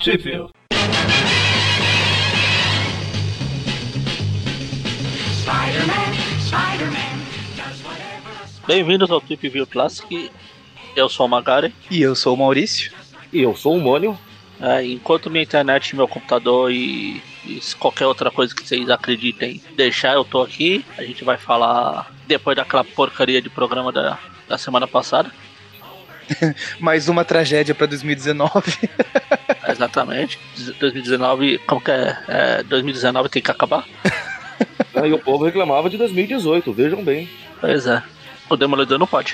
Trip View. Bem-vindos ao Trip View Classic. Eu sou o Magari. E eu sou o Maurício. E eu sou o Mônio. Enquanto minha internet, meu computador e qualquer outra coisa que vocês acreditem deixar, eu tô aqui. A gente vai falar depois daquela porcaria de programa da semana passada. Mais uma tragédia pra 2019. Exatamente. 2019, como que é? 2019 tem que acabar. E o povo reclamava de 2018, vejam bem. Pois é. O Demolidor não pode.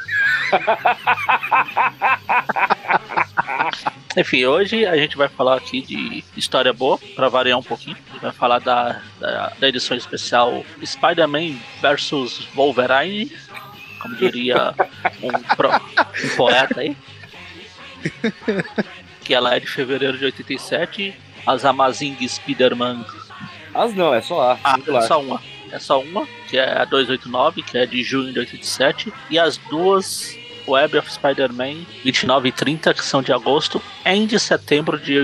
Enfim, hoje a gente vai falar aqui de história boa, pra variar um pouquinho. A gente vai falar da edição especial Spider-Man vs Wolverine, como diria um poeta aí. Que ela é de fevereiro de 87. As Amazing Spider-Man. As não, é só a. É só uma, que é a 289, que é de junho de 87. E as duas Web of Spider-Man 29 e 30, que são de agosto, em de setembro de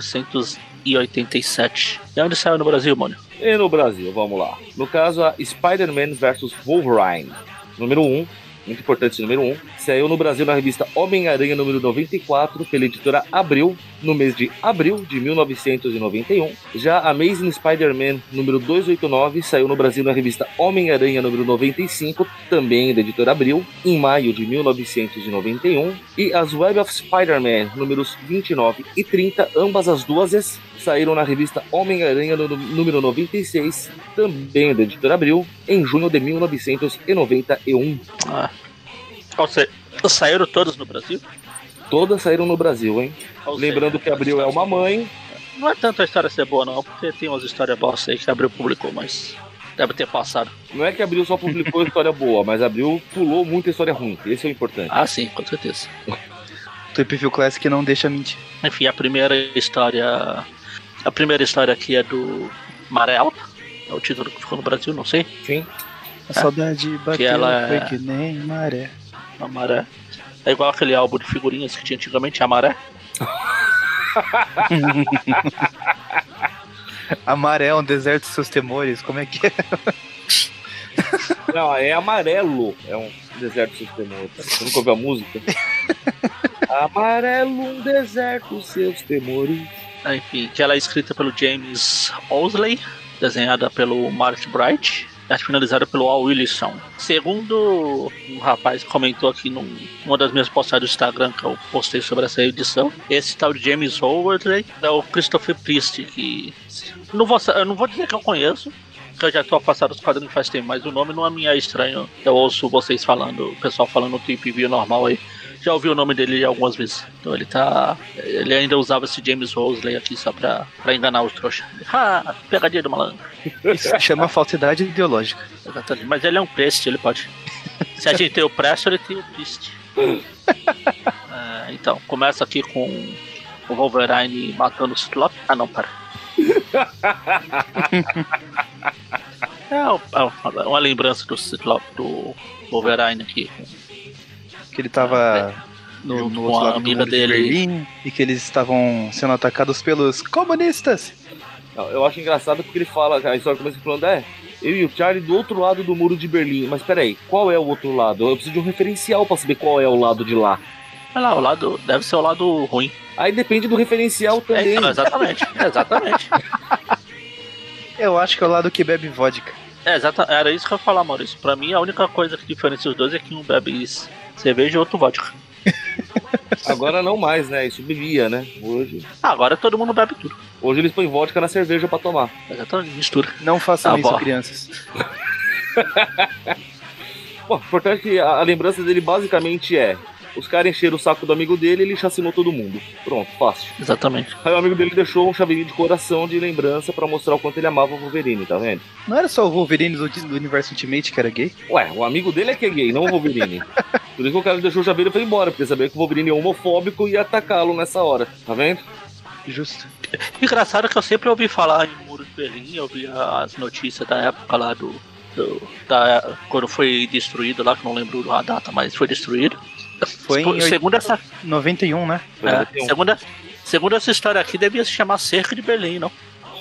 1987. E onde saiu no Brasil, Mônio? E no Brasil, vamos lá. No caso, a Spider-Man vs Wolverine, número 1. Muito importante esse número 1. Saiu no Brasil na revista Homem-Aranha número 94, pela editora Abril, no mês de abril de 1991. Já Amazing Spider-Man número 289 saiu no Brasil na revista Homem-Aranha número 95, também da editora Abril, em maio de 1991. E as Web of Spider-Man números 29 e 30, ambas as duas saíram na revista Homem-Aranha número 96, também da editora Abril, em junho de 1991. Ou seja, saíram todas no Brasil? Todas saíram no Brasil, hein? Ou Lembrando seja, que Abril é uma mãe. Não é tanto a história ser boa não, porque tem umas histórias boas aí que Abril publicou, mas deve ter passado. Não é que Abril só publicou história boa, mas Abril pulou muita história ruim. Esse é o importante. Ah, sim, com certeza. Trip View Classic não deixa mentir. Enfim, a primeira história aqui é do Maré Alta. É o título que ficou no Brasil, não sei. Sim. A saudade bateu, ela foi que nem maré. A Maré. É igual aquele álbum de figurinhas que tinha antigamente, a Maré. A maré é um deserto de seus temores, como é que é? Não, é amarelo. É um deserto seus temores. Você nunca ouviu a música? Amarelo, um deserto, seus temores. Enfim, que ela é escrita pelo James Owsley, desenhada pelo Mark Bright, e finalizada pelo Al Wilson. Segundo um rapaz que comentou aqui numa das minhas postagens do Instagram que eu postei sobre essa edição, esse tal de James Owsley é o Christopher Priest, que eu não vou dizer que eu conheço, porque eu já estou afastado dos quadrinhos faz tempo, mas o nome não me é estranho. Eu ouço vocês falando, o pessoal falando no Trip View normal aí. Já ouvi o nome dele algumas vezes. Então ele ainda usava esse James Owsley aqui só pra enganar os trouxas. Pegadinha do malandro. Isso se chama falsidade ideológica. Exatamente. Mas ele é um Priest, ele pode. Se a gente tem o Presto, ele tem o Priest. Então, começa aqui com o Wolverine matando o Ciclope. Ah, não, para. É uma lembrança do Ciclope, do Wolverine aqui. Que ele tava no outro lado do mundo dele. De Berlim, e que eles estavam sendo atacados pelos comunistas. Não, eu acho engraçado porque ele fala, a história começa falando, eu e o Charlie do outro lado do muro de Berlim. Mas peraí, qual é o outro lado? Eu preciso de um referencial pra saber qual é o lado de lá. Olha lá, o lado deve ser o lado ruim. Aí depende do referencial também. Então, exatamente. Eu acho que é o lado que bebe vodka. Era isso que eu ia falar, Maurício. Pra mim, a única coisa que diferencia os dois é que um bebe cerveja e outro vodka. Agora não mais, né? Isso bebia, né? Hoje. Agora todo mundo bebe tudo. Hoje eles põem vodka na cerveja pra tomar. Exatamente, mistura. Não façam isso, crianças. Bom, importante que a lembrança dele basicamente é: os caras encheram o saco do amigo dele e ele chacinou todo mundo. Pronto, fácil. Exatamente. Aí o amigo dele deixou um chaveirinho de coração de lembrança pra mostrar o quanto ele amava o Wolverine, tá vendo? Não era só o Wolverine do universo Ultimate que era gay? Ué, o amigo dele é que é gay, não o Wolverine. Por isso que o cara deixou o chaveiro e foi embora, porque sabia que o Wolverine é homofóbico e ia atacá-lo nessa hora, tá vendo? Justo. Engraçado que eu sempre ouvi falar em Muro de Berlim, eu vi as notícias da época lá quando foi destruído lá, que não lembro a data, mas foi destruído. Foi em Segundo essa, 91, né? segundo essa história aqui, devia se chamar Cerca de Berlim, não?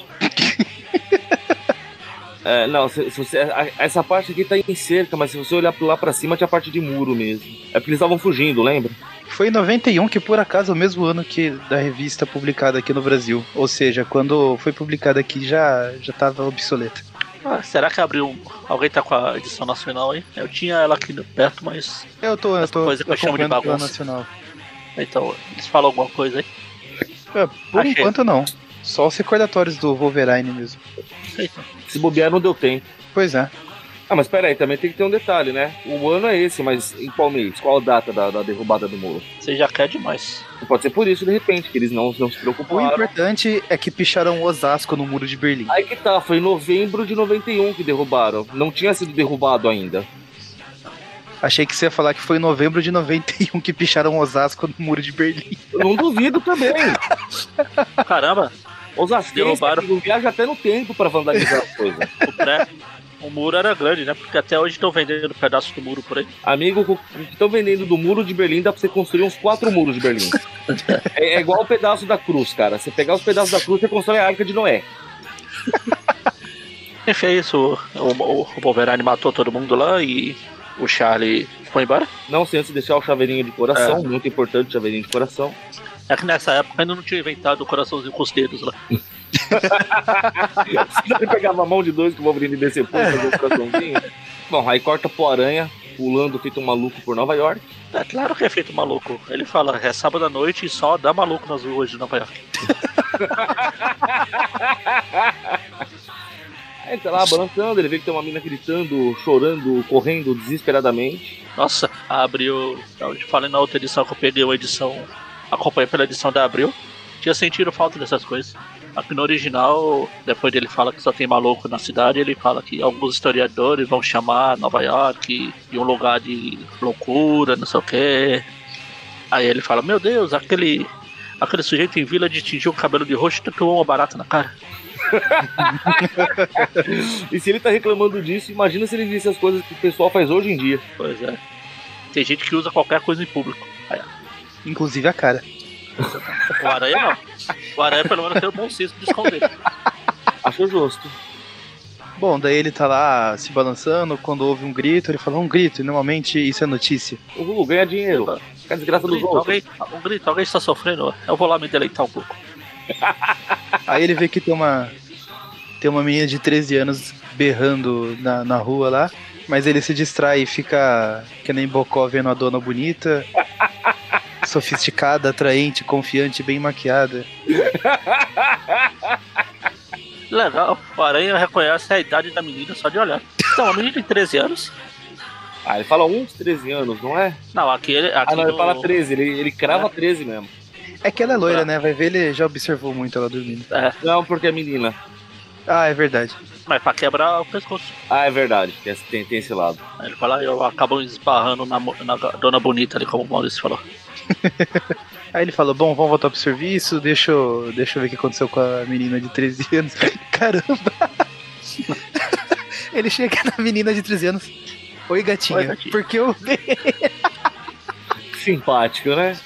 Não, essa parte aqui tá em cerca, mas se você olhar lá pra cima, tinha a parte de muro mesmo. É porque eles estavam fugindo, lembra? Foi em 91, que por acaso é o mesmo ano que da revista publicada aqui no Brasil. Ou seja, quando foi publicada aqui já tava obsoleta. Será que abriu? Alguém tá com a edição nacional aí? Eu tinha ela aqui perto, mas. Eu tô coisa que eu chamo de acompanhando pela bagunça. nacional. Então, eles falam alguma coisa aí? Por Achei. enquanto não. Só os recordatórios do Wolverine mesmo. Eita. Se bobear, não deu tempo. Pois é. Mas pera aí, também tem que ter um detalhe, né? O ano é esse, mas em qual mês? Qual a data da derrubada do muro? Você já quer demais. Pode ser por isso, de repente, que eles não se O preocuparam. importante é que picharam Osasco no muro de Berlim. Aí que tá, foi em novembro de 91 que derrubaram. Não tinha sido derrubado ainda. Achei que você ia falar que foi em novembro de 91 que picharam Osasco no muro de Berlim. Eu não duvido também. Caramba, Os asquenses Derrubaram. não viajam até no tempo pra vandalizar as coisas. o muro era grande, né? Porque até hoje estão vendendo pedaços do muro por aí. Amigo, o que estão vendendo do muro de Berlim dá pra você construir uns 4 muros de Berlim. É igual o pedaço da cruz, cara. Você pegar os pedaços da cruz, você constrói a Arca de Noé. Enfim, é isso. O Wolverine matou todo mundo lá e o Charlie foi embora. Não sem antes deixar o chaveirinho de coração, muito importante o chaveirinho de coração. É que nessa época ainda não tinha inventado o coraçãozinho com os dedos lá. Ele pegava a mão de dois que o Wolverine decepou e fazia o coraçãozinho. Bom, aí corta pro Aranha, pulando feito um maluco por Nova York. É claro que é feito maluco. Ele fala, é sábado à noite e só dá maluco nas ruas de Nova York. Aí tá lá balançando, ele vê que tem uma mina gritando, chorando, correndo desesperadamente. Nossa, a Abril, eu te falei na outra edição que eu peguei uma edição, acompanhei pela edição da Abril, tinha sentido falta dessas coisas. Aqui no original, depois dele fala que só tem maluco na cidade, ele fala que alguns historiadores vão chamar Nova York de um lugar de loucura, não sei o que. Aí ele fala, meu Deus, aquele sujeito em Vila de tingiu o cabelo de roxo e tatuou uma barata na cara. E se ele tá reclamando disso, imagina se ele visse as coisas que o pessoal faz hoje em dia. Pois é. Tem gente que usa qualquer coisa em público. Aí, Inclusive a cara. o Aranha não. O Aranha pelo menos tem o bom senso de esconder. Acho justo. Bom, daí ele tá lá se balançando, quando ouve um grito, ele fala um grito, e normalmente isso é notícia. Ganha dinheiro. Fica a desgraça dos outros. Alguém está sofrendo. Eu vou lá me deleitar um pouco. Aí ele vê que tem uma menina de 13 anos berrando na rua lá, mas ele se distrai e fica que nem Bocó vendo a dona bonita, sofisticada, atraente, confiante, bem maquiada. Legal, o Aranha reconhece a idade da menina só de olhar. Então, uma menina de 13 anos. Ele fala uns 13 anos, não é? Não, aqui ele Fala 13, ele crava 13 mesmo. É que ela é loira, né? Vai ver, ele já observou muito ela dormindo. É, Não, porque é menina. Ah, é verdade. mas pra quebrar o pescoço. É verdade, tem esse lado. Aí ele fala, eu acabo esbarrando na dona bonita ali, como o Maurício falou. Aí ele fala, bom, vamos voltar pro serviço, deixa eu ver o que aconteceu com a menina de 13 anos. Caramba! Ele chega na menina de 13 anos. Oi, gatinha. Oi, gatinha. Porque eu... Simpático, né?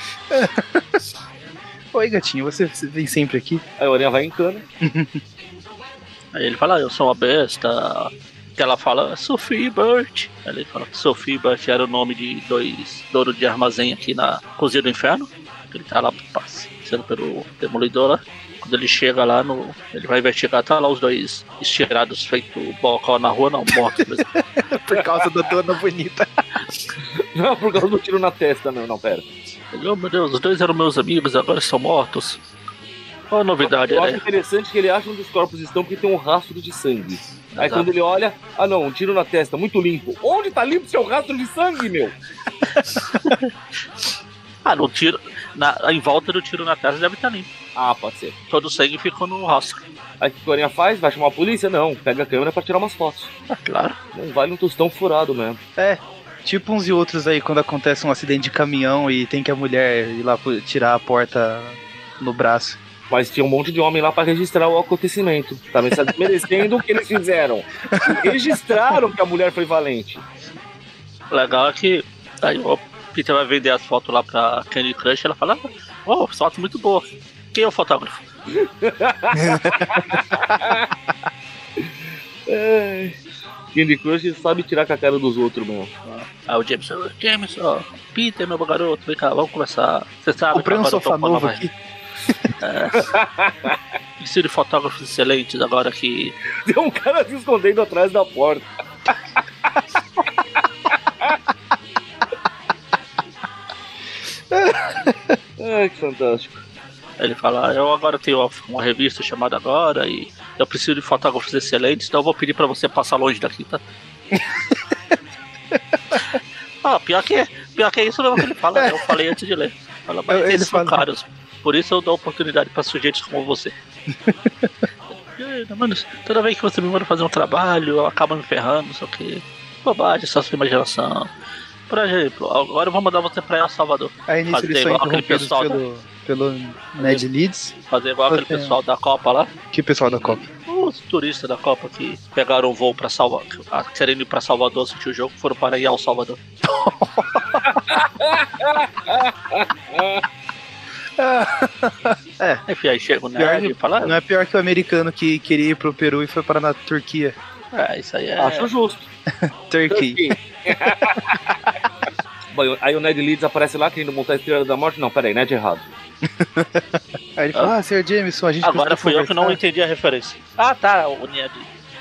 Oi, gatinho, você vem sempre aqui? Aí a Aranha vai em cana. Aí ele fala, eu sou uma besta. Que ela fala, Sophie Burt. Aí ele fala que Sophie Burt era o nome de dois donos de armazém aqui na Cozinha do Inferno. Ele tá lá sendo pelo Demolidor lá. Quando ele chega lá, ele vai investigar, tá lá os dois estirados, feito bocó na rua, não, mortos mesmo. Por causa da dona bonita. Não, por causa do tiro na testa, não, pera. Ele, oh meu Deus, os dois eram meus amigos, agora estão mortos. Qual a novidade, Eu acho né? interessante que ele acha onde os corpos estão porque tem um rastro de sangue. Aí Exato. quando ele olha, não, um tiro na testa, muito limpo. Onde tá limpo seu rastro de sangue, meu? No tiro, em volta do tiro na testa deve estar limpo. Pode ser. Todo o sangue ficou no rastro. Aí o que a Aranha faz? Vai chamar a polícia? Não, pega a câmera pra tirar umas fotos. Claro. Não vale um tostão furado mesmo. Tipo uns e outros aí, quando acontece um acidente de caminhão e tem que a mulher ir lá tirar a porta no braço. Mas tinha um monte de homem lá pra registrar o acontecimento. Também está desmerecendo o que eles fizeram. E registraram que a mulher foi valente. O legal é que aí o Peter vai vender as fotos lá pra Candy Crush, ela fala, oh, foto muito boa. Quem é o fotógrafo? Candy Crush sabe tirar com a cara dos outros, mano. Aí o James, ó, Peter, meu garoto, vem cá, vamos conversar. Você sabe Comprei um sofá novo aqui. Preciso de fotógrafos excelentes agora que... Tem um cara se escondendo atrás da porta. Ai, que fantástico. Ele fala, eu agora tenho uma revista chamada Agora e eu preciso de fotógrafos excelentes, então eu vou pedir pra você passar longe daqui, tá? Pior que é isso mesmo que ele fala, eu falei antes de ler. Fala, mas eles são caros, por isso eu dou oportunidade pra sujeitos como você. Mano, toda vez que você me manda fazer um trabalho, eu acabo me ferrando, não sei o que. Bobagem, só sua imaginação. Por exemplo, agora eu vou mandar você pra El Salvador. Aí nisso eles são interrompidos pelo Ned Leeds. Fazer igual aquele pessoal da Copa lá. Que pessoal da Copa? Os turistas da Copa que pegaram um voo pra Salvador, querendo ir pra Salvador assistir o jogo, foram para El Salvador. Enfim, aí chega o Ned e fala... Não é pior que o americano que queria ir pro Peru e foi parar na Turquia. Isso aí é... Acho justo. Turkey. Bom, aí o Ned Leeds aparece lá querendo montar a Estrela da Morte. Não, peraí, Ned errado. Aí ele fala, Sr. Jameson, a gente agora fui eu que não entendi a referência. Tá, o Ned.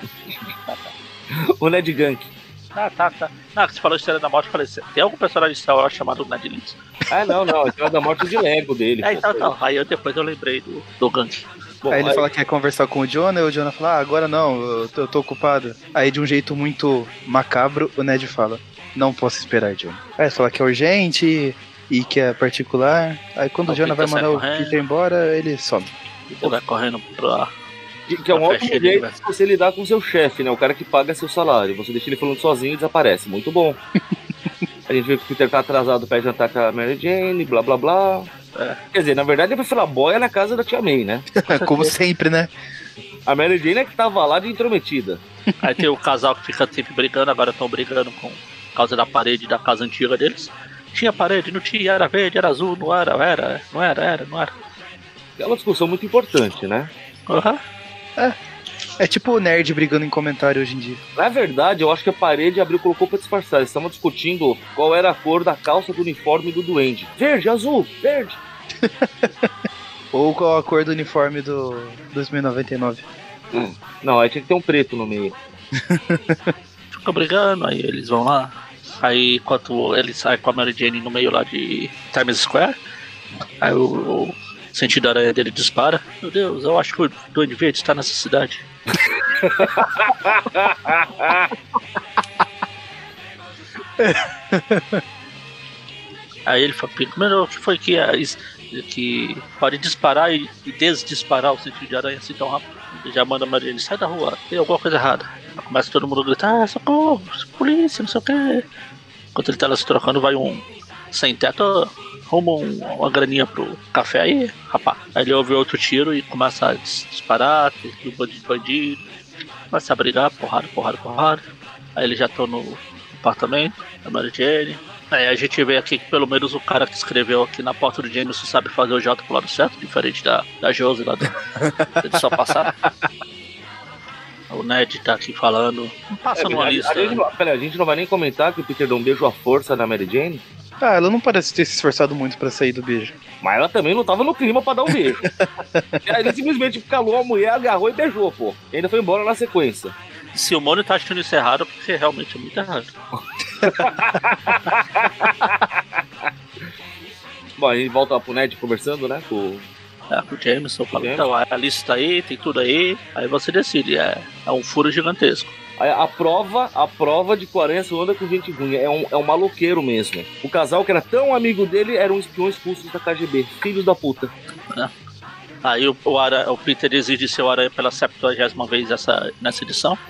O Ned Gank. Tá. Não, você falou Estrela da Morte, eu falei, tem algum personagem de Star Wars chamado Ned Leeds? Não, a Estrela da Morte é de Lego dele. Então. Aí depois eu lembrei do Gank. Bom, aí ele fala que quer conversar com o Jonah, e o Jonah fala, agora não, eu tô ocupado. Aí de um jeito muito macabro, o Ned fala, não posso esperar, Jonah. Aí ele fala que é urgente e que é particular. Aí quando o Jonah vai mandar o Peter embora, ele some. Ele vai correndo pra... Que é um ótimo jeito de você lidar com o seu chefe, né? O cara que paga seu salário. Você deixa ele falando sozinho e desaparece. Muito bom. A gente vê que o Peter tá atrasado pra jantar com a Mary Jane, blá blá blá. Quer dizer, na verdade ele vai falar boia na casa da tia May, né? Como sempre, né? A Mary Jane é que tava lá de intrometida. Aí tem o casal que fica sempre brigando, agora estão brigando por causa da parede da casa antiga deles. Tinha parede, não tinha, era verde, era azul, não era. É uma discussão muito importante, né? É tipo o nerd brigando em comentário hoje em dia. Na verdade, eu acho que a parede abriu e colocou pra disfarçar. Eles estavam discutindo qual era a cor da calça do uniforme do Duende. Verde, azul, verde. Ou qual a cor do uniforme do 2099. Não, aí tinha que ter um preto no meio. Fica brigando, aí eles vão lá. Aí enquanto ele sai com a Mary Jane no meio lá de Times Square, aí o sentido da aranha dele dispara. Meu Deus, eu acho que o Duende Verde está nessa cidade. Aí ele fala, primeiro, o que foi que pode disparar e desdisparar o sentido de aranha assim tão rápido? Ele já manda a Mary Jane, sai da rua, tem alguma coisa errada. Aí começa todo mundo a gritar, socorro, polícia, não sei o que. Enquanto ele tá lá se trocando, vai um sem teto, arruma uma graninha pro café aí, rapaz. Aí ele ouve outro tiro e começa a disparar, tem um bando de bandido, começa a brigar, porrada. Aí eles já estão no apartamento da Mary Jane. Aí a gente vê aqui que pelo menos o cara que escreveu aqui na porta do Jameson sabe fazer o J pro lado certo, diferente da Josie lá da edição passada. O Ned tá aqui falando, passa numa lista. A gente não vai nem comentar que o Peter deu um beijo à força na Mary Jane? Ela não parece ter se esforçado muito pra sair do beijo. Mas ela também não tava no clima pra dar um beijo. Ele simplesmente calou a mulher, agarrou e beijou, pô. E ainda foi embora na sequência. Se o Mônio tá achando isso errado, porque realmente é muito errado. Bom, a gente volta pro Ned conversando, né? Com o Jameson fala, então, a lista aí, tem tudo aí. Aí você decide, é um furo gigantesco. A prova de que o Aranha só anda com gente ruim, é um maloqueiro mesmo. O casal que era tão amigo dele eram espiões russos da KGB, filhos da puta. Aí o Peter exige ser o Aranha pela 70ª vez nessa edição.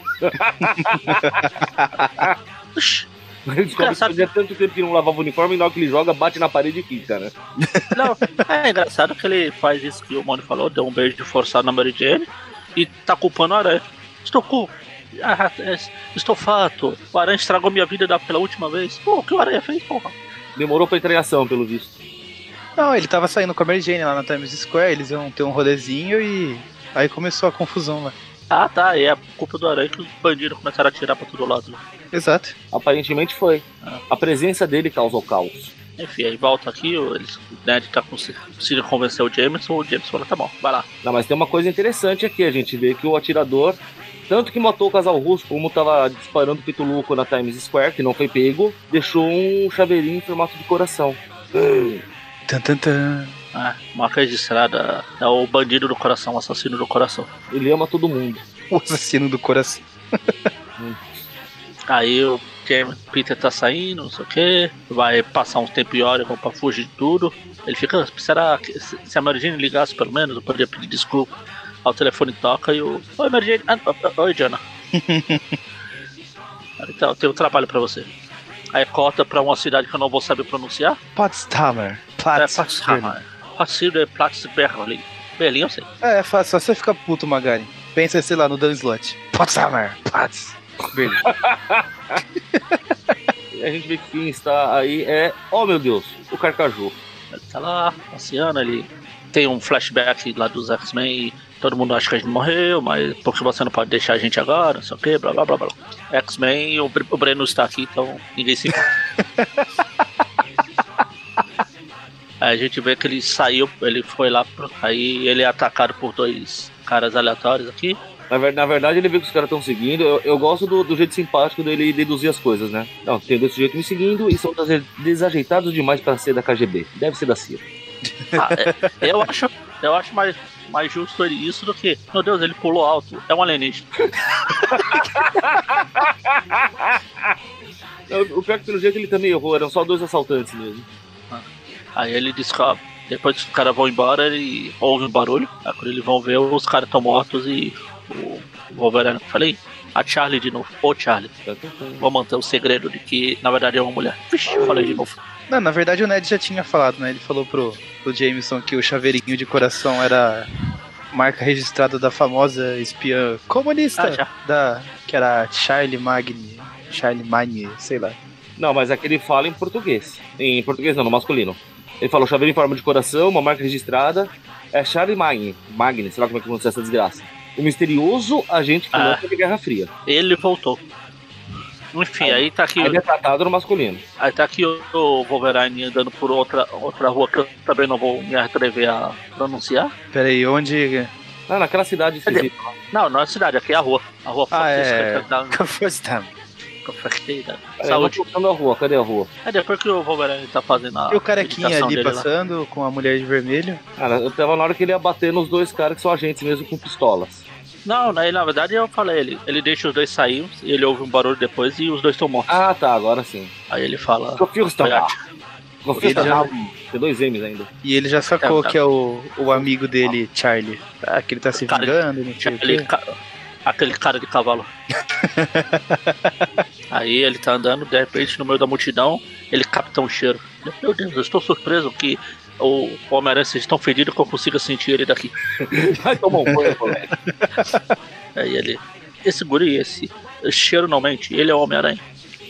Ele descobre que fazia tanto tempo que não lavava o uniforme e na hora que ele joga, bate na parede e quica, né? Não, é engraçado que ele faz isso que o Mônio falou, deu um beijo forçado na Mary Jane e tá culpando o Aranha. Estou fato, o Aranha estragou minha vida pela última vez. Pô, o que o Aranha fez, porra? Demorou pra entrar em ação, pelo visto. Não, ele tava saindo com a Mary Jane lá na Times Square, eles iam ter um rolezinho e aí começou a confusão lá. Ah, tá, e é culpa do Aranha que os bandidos começaram a atirar pra todo lado. Exato. Aparentemente foi. A presença dele causou caos. Enfim, aí volta aqui, o Ned tá conseguindo convencer o James fala, tá bom, vai lá. Não, mas tem uma coisa interessante aqui, a gente vê que o atirador, tanto que matou o casal russo, como tava disparando o Pituluco na Times Square, que não foi pego, deixou um chaveirinho em formato de coração. Tan, tan, tan. Ah, marca registrada, é o bandido do coração, o assassino do coração. Ele ama todo mundo. O assassino do coração. Aí o Peter tá saindo, não sei o que, vai passar um tempo em Oregon pra fugir de tudo. Ele fica, será que se a Mary Jane ligasse pelo menos, eu poderia pedir desculpa. Aí o telefone toca e o... Oi, Mary Jane. Oi, Diana. Então, eu tenho um trabalho pra você. Aí corta pra uma cidade que eu não vou saber pronunciar. Potsdamer. Potsdamer. Berlin. Berlim eu sei. É fácil, só você fica puto, Magari. Pensa, sei lá, no Dan Slott. Potsdamer. Berlim. E a gente vê que quem está aí é... Oh, meu Deus, o Carcaju. Ele tá lá, passeando, ele tem um flashback lá dos X-Men e todo mundo acha que a gente morreu, mas porque você não pode deixar a gente agora, não sei o que, blá blá blá blá. X-Men e o Breno está aqui, então ninguém se importa. Aí a gente vê que ele saiu, ele foi lá, aí ele é atacado por dois caras aleatórios aqui. Na verdade, ele vê que os caras estão seguindo. Eu gosto do jeito simpático dele deduzir as coisas, né? Não, tem dois sujeitos me seguindo e são desajeitados demais para ser da KGB. Deve ser da CIA. Eu acho mais justo isso do que, meu Deus, ele pulou alto, é um alienígena. O pior que pelo jeito ele também errou, eram só dois assaltantes mesmo. Aí ele descobre, depois que os caras vão embora, ele ouve um barulho. Aí quando eles vão ver, os caras estão mortos e o Wolverine, falei, a Charlie de novo, Charlie. Vou manter o segredo de que na verdade é uma mulher. Vixe, eu falei de novo. Não, na verdade o Ned já tinha falado, né? Ele falou pro Jameson que o chaveirinho de coração era marca registrada da famosa espiã comunista, que era Charlie Magne, sei lá. Não, mas aqui ele fala em português. Em português não, no masculino. Ele falou chaveiro em forma de coração, uma marca registrada. É Charlie Magne, sei lá como é que pronuncia essa desgraça. O misterioso agente piloto de Guerra Fria. Ele voltou. Enfim, aí tá aqui. Ele é tratado no masculino. Aí tá aqui o Wolverine andando por outra rua que eu também não vou me atrever a pronunciar. Peraí, onde? Não, naquela cidade esquisita. Não é a cidade, aqui é a rua. A rua Kazakhstan. Saúde. A rua, cadê a rua? É depois que o Wolverine tá fazendo a. E o carequinha ali passando lá, com a mulher de vermelho. Cara, eu tava na hora que ele ia bater nos dois caras que são agentes mesmo com pistolas. Não, na verdade eu falei, ele deixa os dois sair, e ele ouve um barulho depois e os dois estão mortos. Ah, tá, agora sim. Aí ele fala. Tem dois M's ainda. E ele já sacou que é o amigo dele, Charlie. Que ele tá se vingando, não sei o quê. Aquele cara de cavalo. Aí ele tá andando, de repente, no meio da multidão, ele capta um cheiro. Meu Deus, eu estou surpreso que o Homem-Aranha seja tão fedido que eu consiga sentir ele daqui. Vai tomar um banho, colega. Aí ele... Esse guri, esse cheiro não mente, ele é o Homem-Aranha.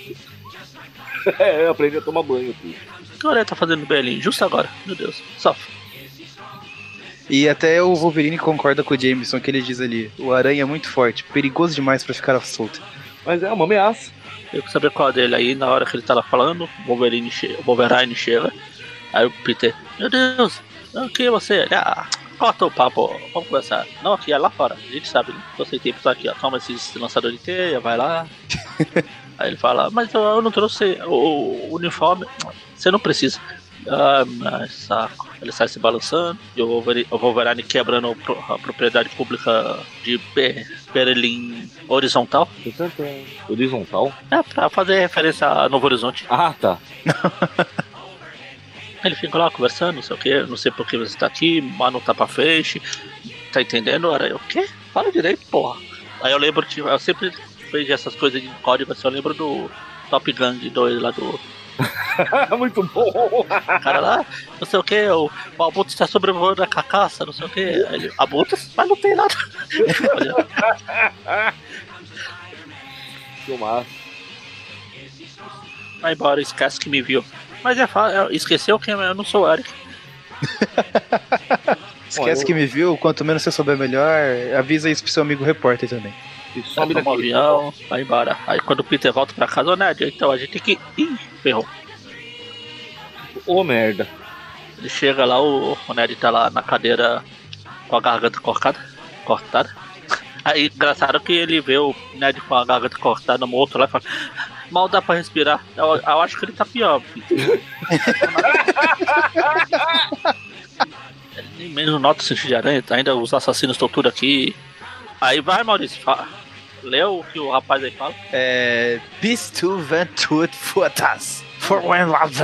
Eu aprendi a tomar banho aqui. O que o Aranha tá fazendo bem ali? Justo agora, meu Deus, sofre. E até o Wolverine concorda com o Jameson, que ele diz ali: o Aranha é muito forte, perigoso demais pra ficar solto. Mas é uma ameaça. Eu quero saber qual dele. Aí na hora que ele tá lá falando, o Wolverine chega. Aí o Peter, meu Deus, quem é você? Corta o papo, vamos conversar. Não, aqui é lá fora, a gente sabe, né? Eu sei tempo, tá aqui, ó. Toma esse lançador de teia, vai lá. Aí ele fala, mas eu não trouxe o uniforme. Você não precisa. Mas saco. Ele sai se balançando e o Wolverine quebrando a propriedade pública de Berlim horizontal. Horizontal? É, pra fazer referência a Novo Horizonte. Ah, tá. Ele fica lá conversando, não sei o que, não sei por que você tá aqui, mas não tá pra frente. Tá entendendo? Era o quê? Fala direito, porra. Aí eu lembro, eu sempre fiz essas coisas de código, assim, eu lembro do Top Gun 2 lá do. Muito bom! O cara lá, não sei o que, o Abutres está sobrevoando a carcaça, não sei o que. Ele, Abutres? Mas não tem nada. Filmar. Vai embora, esquece que me viu. Mas esqueceu quem eu não sou o Eric. Esquece que me viu, quanto menos você souber melhor, avisa isso pro seu amigo repórter também. E sobe Toma um avião, vai embora. Aí quando o Peter volta pra casa, ô Ned, então a gente tem que... Ih, ferrou. Ô, merda. Ele chega lá, o Ned tá lá na cadeira com a garganta cortada. Aí, engraçado que ele vê o Ned com a garganta cortada no outro lá e fala: mal dá pra respirar. Eu acho que ele tá pior. Ele nem menos nota o sentido de aranha, ainda os assassinos estão tudo aqui. Aí vai, Maurício, fala. Lê o que o rapaz aí fala. Bis tu ventut futas. For when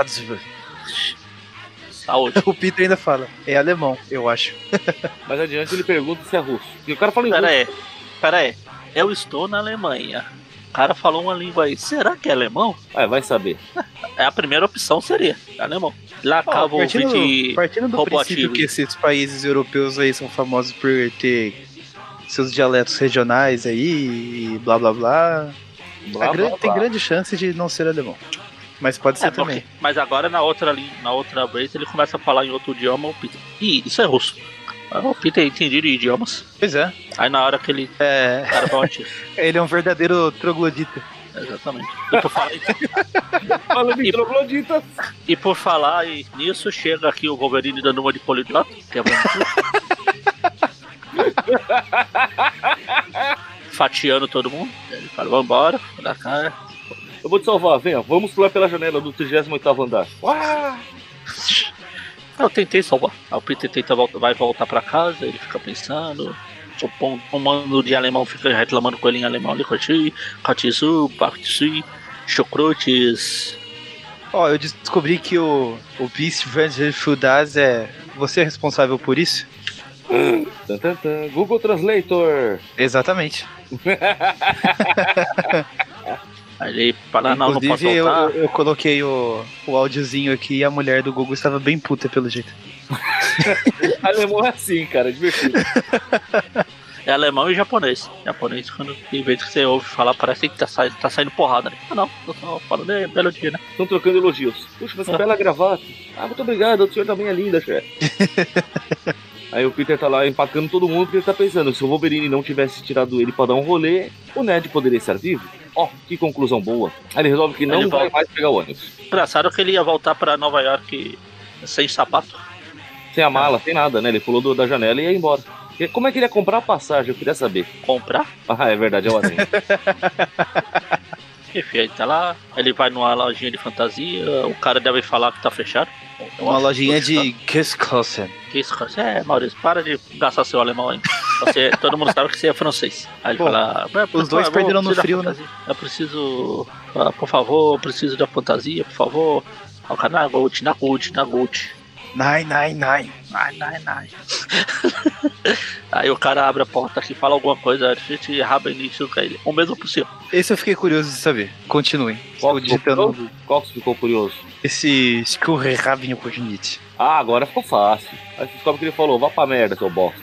Saúde. O Peter ainda fala, é alemão, eu acho. Mas adiante ele pergunta se é russo. E o cara fala em russo. Pera aí. Eu estou na Alemanha. O cara falou uma língua aí. Será que é alemão? Vai saber. A primeira opção seria alemão. Lá acaba o vídeo. Partindo do princípio que esses países europeus aí são famosos por ter seus dialetos regionais aí e blá blá blá. Tem grande chance de não ser alemão. Mas pode ser também. Mas agora na outra vez ele começa a falar em outro idioma, o Peter. Ih, isso é russo. O Peter entendia de idiomas. Pois é. Aí na hora que ele. Cara, ele é um verdadeiro troglodita. Exatamente. E por falar falando em trogloditas. E por falar nisso, chega aqui o Wolverine dando uma de poliglota, quebrando tudo. Fatiando todo mundo. Ele fala: vambora, da cara. Eu vou te salvar, venha, vamos pular pela janela do 38º andar. Eu tentei salvar. Aí o Peter vai voltar pra casa, ele fica pensando. Um mano de alemão fica reclamando com ele em alemão. Ele Katizu, Partisi, Chocrotes. Eu descobri que o Beast Ranger Fudaz é... Você é responsável por isso? Google Translator. Exatamente. Aí ele fala: não pode voltar. Eu coloquei o áudiozinho aqui e a mulher do Google estava bem puta pelo jeito. Alemão é assim, cara, divertido. É alemão e japonês. Japonês, quando em vez que você ouve falar, parece que tá saindo porrada, né? Não, tô só falando, belo dia, né? Estão trocando elogios. Puxa, mas que bela gravata. Muito obrigado, o senhor também é linda, chefe. Aí o Peter tá lá empacando todo mundo porque ele tá pensando: se o Wolverine não tivesse tirado ele pra dar um rolê, o Ned poderia estar vivo? Que conclusão boa. Aí ele resolve que não vai mais pegar o ônibus. Engraçado que ele ia voltar pra Nova York sem sapato. Sem a mala, sem nada, né? Ele pulou da janela e ia embora. Como é que ele ia comprar a passagem? Eu queria saber. Comprar? É verdade, é o aranha. Enfim, ele tá lá, ele vai numa lojinha de fantasia, o cara deve falar que tá fechado. Uma lojinha de Kiss-Kossen. Maurício, para de gastar seu alemão aí. Todo mundo sabe que você é francês. Aí ele fala: os dois perderam no frio, né? Eu preciso, por favor, preciso da fantasia, por favor. O cara: na Gold. Nine. Aí o cara abre a porta aqui, fala alguma coisa, a gente raba início com ele. O mesmo possível. Esse eu fiquei curioso de saber. Continuem. Qual que ficou curioso? Esse Skurre-Rabinho Kognit. Agora ficou fácil. Aí você descobre que ele falou: vá pra merda, seu bosta.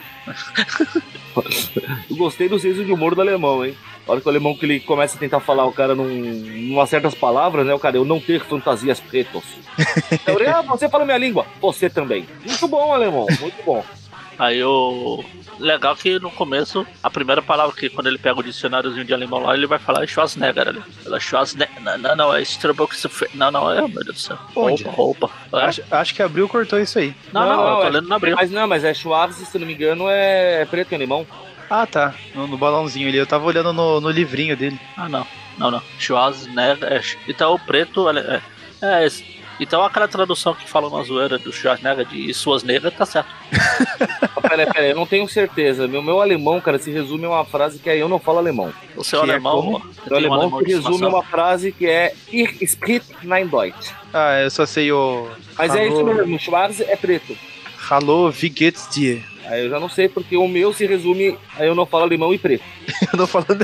Eu gostei do senso de humor do alemão, hein? A hora que o alemão que ele começa a tentar falar o cara numa certas palavras, né? O cara: eu não ter fantasias pretas. Você fala minha língua. Você também. Muito bom, alemão. Muito bom. Aí o legal que no começo, a primeira palavra que quando ele pega o dicionáriozinho de alemão lá, ele vai falar Schwarzenegger ali. Ela Schwarzenegger. Não, é Strobok. Não, meu Deus do céu. Roupa. Acho que Abril cortou isso aí. Não, eu tô lendo na Abril. Mas é Schwarz, se não me engano, é preto em alemão. Tá. No balãozinho ali. Eu tava olhando no livrinho dele. Não. Schwarzenegger. Então o preto então aquela tradução que fala na zoeira do Schwarzenegger de suas negras tá certo. Pera, eu não tenho certeza. Meu alemão, cara, se resume a uma frase que é: eu não falo alemão. O seu alemão? O alemão se resume a uma frase que é: Ich spreche mein Deutsch. Eu só sei o... Mas é isso mesmo, Schwarz é preto. Hallo, wie geht's dir? Aí eu já não sei, porque o meu se resume a: eu não falo alemão e preto. Eu não falo...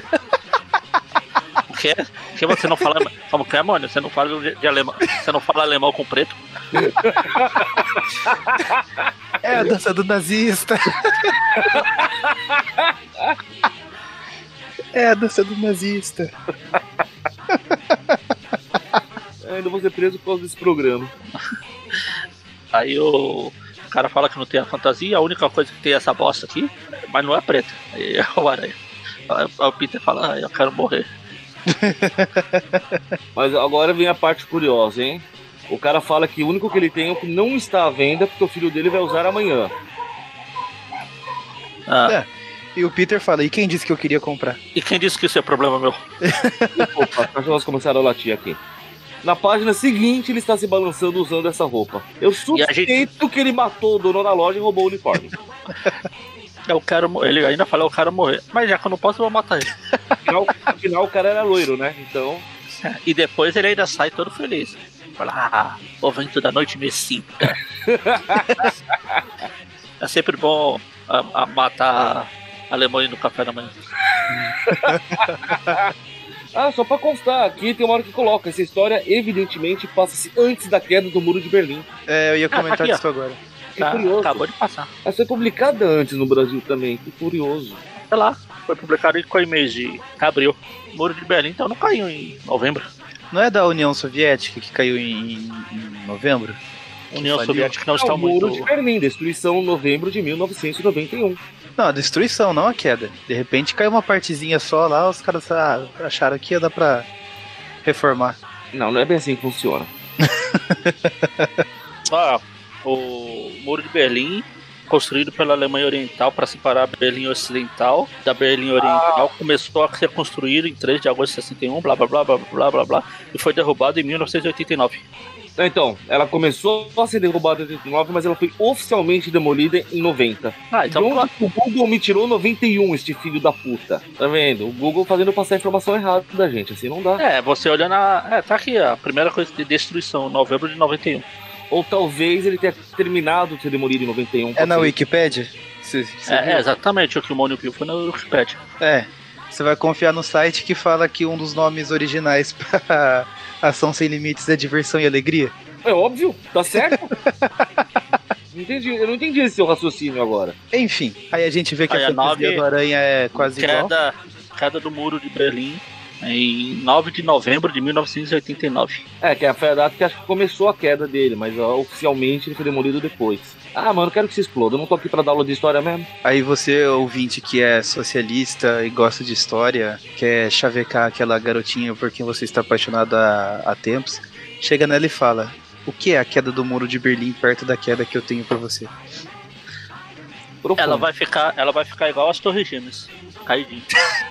Que você não fala. Como que é, mano? Você não fala de alemão. Você não fala alemão com preto? É a dança do nazista. Eu ainda vou ser preso por causa desse programa. Aí o cara fala que não tem a fantasia, a única coisa que tem é essa bosta aqui, mas não é preta. Aí é o Aranha. Aí o Peter fala, eu quero morrer. Mas agora vem a parte curiosa, hein? O cara fala que o único que ele tem é o que não está à venda, porque o filho dele vai usar amanhã. E o Peter fala, e quem disse que eu queria comprar? E quem disse que isso é problema meu? Opa, as cachorras começaram a latir aqui. Na página seguinte, ele está se balançando usando essa roupa. Eu suspeito que ele matou o dono da loja e roubou o uniforme. Eu quero, ele ainda fala, eu quero morrer. Mas já que eu não posso, eu vou matar ele. Afinal, o cara era loiro, né? Então... E depois ele ainda sai todo feliz. Fala, o vento da noite me excita. É sempre bom matar alemão no café da manhã. Só pra constar, aqui tem uma hora que coloca. Essa história, evidentemente, passa-se antes da queda do Muro de Berlim. Eu ia comentar disso agora. Que curioso. Acabou de passar. Essa foi publicada antes no Brasil também, que curioso. Sei lá, foi publicado em mês de abril. O Muro de Berlim, então não caiu em novembro. Não é da União Soviética que caiu em novembro? União Soviética não está muito... O Muro de Berlim, destruição em novembro de 1991. Não, a destruição, não a queda. De repente caiu uma partezinha só lá, os caras acharam que ia dar pra reformar. Não é bem assim que funciona. O Muro de Berlim, construído pela Alemanha Oriental para separar a Berlim Ocidental da Berlim Oriental, começou a ser construído em 3 de agosto de 61, blá blá blá blá blá blá blá, e foi derrubado em 1989. Então, ela começou a ser derrubada em 89, mas ela foi oficialmente demolida em 90. Então o Google me tirou 91, este filho da puta. Tá vendo? O Google fazendo passar a informação errada da gente, assim não dá. Você olhando tá aqui a primeira coisa de destruição, novembro de 91. Ou talvez ele tenha terminado de ser demolido em 91. É na Wikipédia? Exatamente, o que o Mônio viu foi na Wikipédia. Você vai confiar no site que fala que um dos nomes originais pra Ação Sem Limites é Diversão e Alegria? É óbvio, tá certo. Eu não entendi esse seu raciocínio agora. Enfim, aí a gente vê que a fantasia do Aranha é quase igual. Queda do Muro de Berlim em 9 de novembro de 1989. Que foi a data que acho que começou a queda dele, mas oficialmente ele foi demolido depois. Mano, quero que se exploda, eu não tô aqui pra dar aula de história mesmo. Aí você, ouvinte que é socialista e gosta de história, quer chavecar aquela garotinha por quem você está apaixonado há tempos, chega nela e fala, o que é a queda do Muro de Berlim perto da queda que eu tenho por você? Ela vai ficar igual as Torres Gêmeas, caidinha.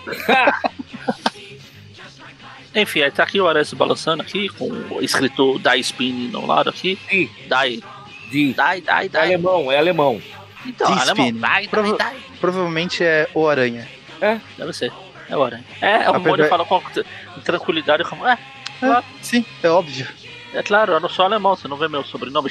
Enfim, aí tá aqui o Aranha se balançando aqui, com o escrito Die Spin no lado aqui. Die. Die. É alemão. Então, alemão. Die. Provavelmente é o Aranha. Deve ser. É o Aranha. O Mônio fala com tranquilidade, como... claro. Sim, é óbvio. É claro, eu não sou alemão, você não vê meu sobrenome.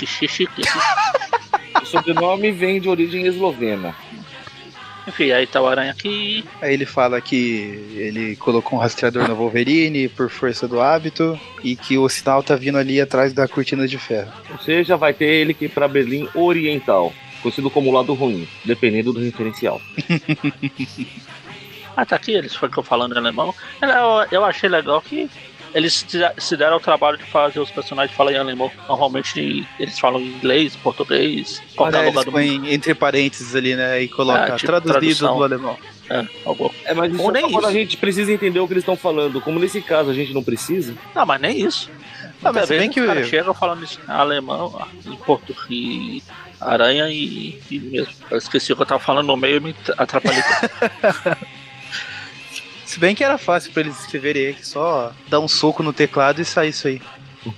O sobrenome vem de origem eslovena. Enfim, aí tá o Aranha aqui. Aí ele fala que ele colocou um rastreador no Wolverine por força do hábito e que o sinal tá vindo ali atrás da cortina de ferro. Ou seja, vai ter ele que ir pra Berlim Oriental, conhecido como lado ruim, dependendo do referencial. Tá aqui, eles foram falando em alemão. Eu achei legal que eles se deram o trabalho de fazer os personagens falarem em alemão. Normalmente eles falam em inglês, português, qualquer lugar do mundo. Eles põem entre parênteses ali, né? E colocam traduzido do alemão. Mas isso é quando a gente precisa entender o que eles estão falando. Como nesse caso a gente não precisa. Não, mas nem isso. Mas bem que o cara chega falando isso em alemão, em português, Aranha e mesmo. Eu esqueci o que eu tava falando no meio e me atrapalhei. Se bem que era fácil pra eles escreverem aí, que só dar um soco no teclado e sair isso aí.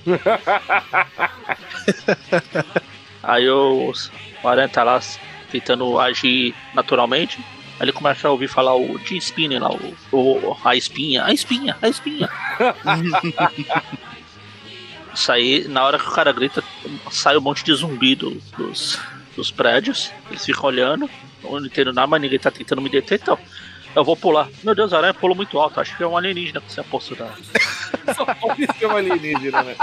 Aí o Aranha tá lá tentando agir naturalmente. Aí ele começa a ouvir falar o D-Spin lá, a espinha. Isso aí, na hora que o cara grita, sai um monte de zumbi dos prédios. Eles ficam olhando, não entendo nada, mas ninguém tá tentando me deter, então eu vou pular. Meu Deus, a aranha pula muito alto. Acho que é um alienígena que você apostou da... Só pode ser um alienígena, né?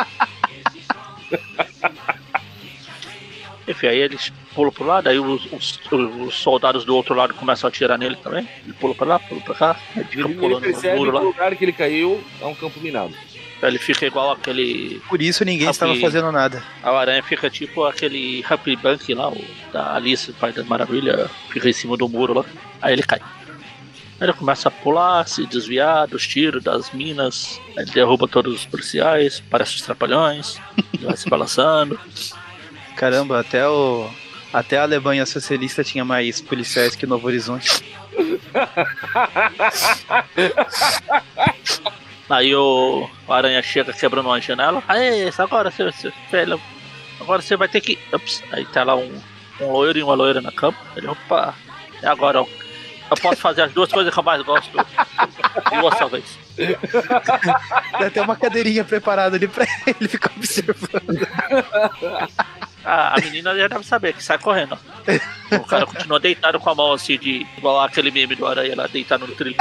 Enfim, aí eles pulam pro lado. Aí os soldados do outro lado começam a atirar nele também. Ele pula pra lá, pula pra cá. Aí fica ele percebe que o lugar que ele caiu é um campo minado. Ele fica igual aquele... Por isso ninguém estava fazendo nada. A aranha fica tipo aquele Happy Bank lá, da Alice, Pai das Maravilhas, fica em cima do muro lá, aí ele cai. Aí ele começa a pular, se desviar dos tiros, das minas, aí ele derruba todos os policiais, parece os trapalhões, ele vai se balançando. Caramba, até a Alemanha socialista tinha mais policiais que Novo Horizonte. Aí o aranha chega quebrando uma janela. Aí, agora você vai ter que... Ups, aí tá lá um loiro e uma loira na cama. Ele, opa, é agora, ó. Eu posso fazer as duas coisas que eu mais gosto. Duas só vez. Tem até uma cadeirinha preparada ali pra ele ficar observando. A menina já deve saber que sai correndo. O cara continua deitado com a mão assim, igual aquele meme do aranha lá, deitado no trilho.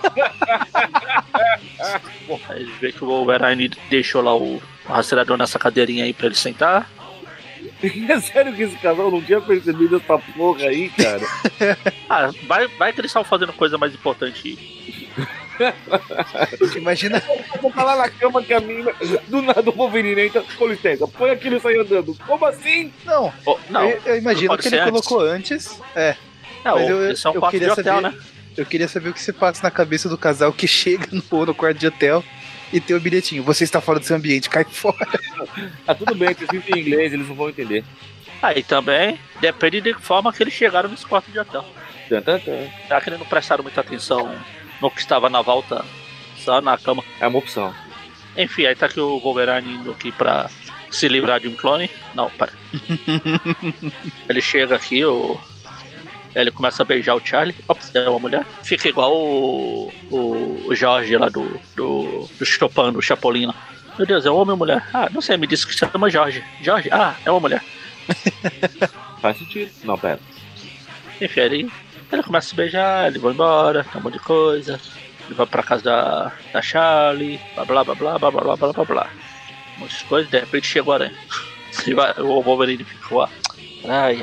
Bom, aí ele vê que o Wolverine deixou lá o rastreador nessa cadeirinha aí pra ele sentar. É sério que esse casal não tinha percebido essa porra aí, cara? Vai que eles estavam fazendo coisa mais importante. Imagina. Vou tá lá na cama que a mina do nada o Wolverine entra, com licença, põe aquilo e sai andando. Como assim? Não, eu imagino que ele colocou antes. Mas eles são quartos de hotel, né? Eu queria saber o que se passa na cabeça do casal que chega no quarto de hotel e tem o bilhetinho. Você está fora do seu ambiente, cai fora. Tudo bem, que eles em inglês, eles não vão entender. Aí também depende de forma que eles chegaram nesse quarto de hotel. Será que eles não prestaram muita atenção no que estava na volta, só na cama? É uma opção. Enfim, aí tá aqui o Wolverine indo aqui pra se livrar de um clone. Não, para. Ele chega aqui, ele começa a beijar o Charlie. Ops, é uma mulher. Fica igual o Jorge lá do Chopin, do Chapolin lá. Meu Deus, é homem ou mulher? Ah, não sei, me disse que se chama Jorge. Jorge? Ah, é uma mulher. Faz sentido. Não, pera. Enfim, ele começa a se beijar, ele vai embora, tem um monte de coisa. Ele vai pra casa da Charlie, blá blá blá blá blá blá blá blá blá. Um monte de coisa, de repente chegou a aranha. O Wolverine ficou, ai.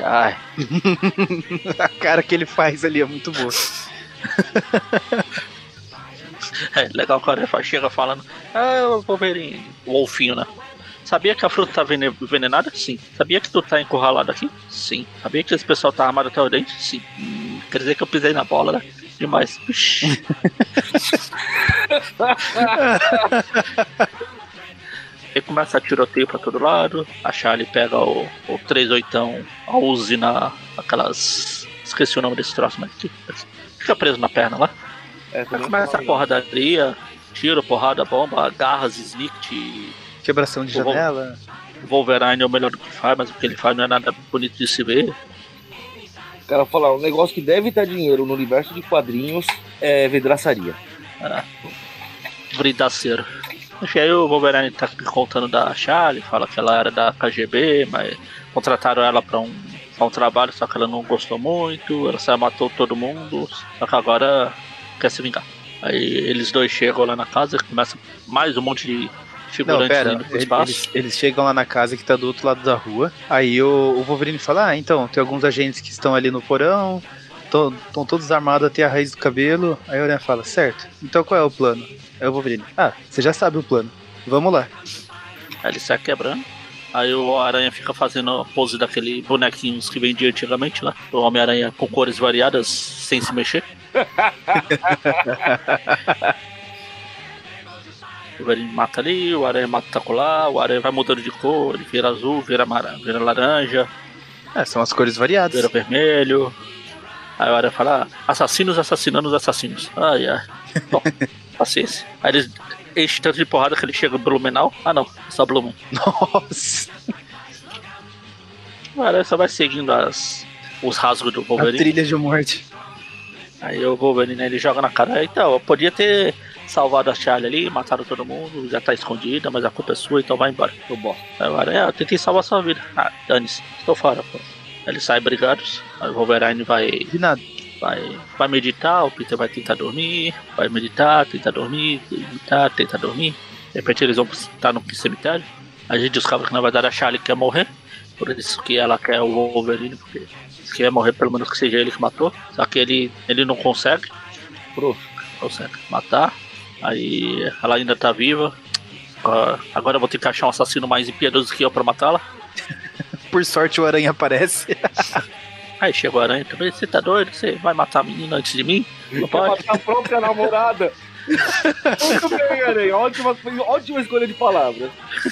A cara que ele faz ali é muito boa. É legal que a aranha chega falando, Wolverine, o Wolfinho, né? Sabia que a fruta tá envenenada? Sim. Sabia que tu tá encurralado aqui? Sim. Sabia que esse pessoal tá armado até o dente? Sim. Quer dizer que eu pisei na bola, né? Demais. Ele começa a tiroteio pra todo lado. A Charlie pega o 38, a Uzi aquelas... Esqueci o nome desse troço, mas fica preso na perna lá. Começa a porradaria, tiro, porrada, bomba, garras, sneak, quebração de janela. O Wolverine é o melhor do que faz, mas o que ele faz não é nada bonito de se ver. O cara fala, um negócio que deve dar dinheiro no universo de quadrinhos é vidraçaria. Bridaceiro. Enfim, aí o Wolverine tá contando da Charlie, fala que ela era da KGB, mas contrataram ela pra um trabalho, só que ela não gostou muito, ela só matou todo mundo, só que agora quer se vingar. Aí eles dois chegam lá na casa e começa mais um monte de figurantes indo pro espaço. Eles chegam lá na casa que tá do outro lado da rua. Aí o Wolverine fala, então, tem alguns agentes que estão ali no porão, estão todos armados até a raiz do cabelo. Aí o Aranha fala, certo, então qual é o plano? Aí o Wolverine, você já sabe o plano, vamos lá. Aí ele sai quebrando. Aí o Aranha fica fazendo a pose daquele bonequinhos que vendia antigamente lá. O Homem-Aranha com cores variadas, sem se mexer. O Wolverine mata ali, o Aranha mata lá, o Aranha vai mudando de cor, ele vira azul, vira laranja. São as cores variadas. Vira vermelho. Aí o Aranha fala, assassinos assassinando os assassinos. Ai. Bom, paciência. Aí eles enchem tanto de porrada que ele chega no Blumenau. Ah não, só Blumen. Nossa. O Aranha só vai seguindo os rasgos do Wolverine. A trilha de morte. Aí o Wolverine ele joga na cara. Então, eu podia ter salvado a Charlie ali, mataram todo mundo, já tá escondida, mas a culpa é sua, então vai embora. Tô bom. Aí o Aranha, eu tentei salvar sua vida. Dane-se, estou fora, pô. Eles saem brigados, aí o Wolverine vai... De nada. Vai meditar, o Peter vai tentar dormir, vai meditar, tentar dormir, tentar dormir. De repente eles vão estar no cemitério. A gente descobre que na verdade a Charlie quer morrer, por isso que ela quer o Wolverine, porque quer morrer pelo menos que seja ele que matou. Só que ele não consegue. Consegue matar. Aí ela ainda tá viva. Agora eu vou ter que achar um assassino mais impiedoso que eu pra matá-la. Por sorte o Aranha aparece. Aí chega o Aranha também, você tá doido? Você vai matar a menina antes de mim? Não Vai pode? matar a própria namorada. Muito bem, Aranha. Ótima escolha de palavras.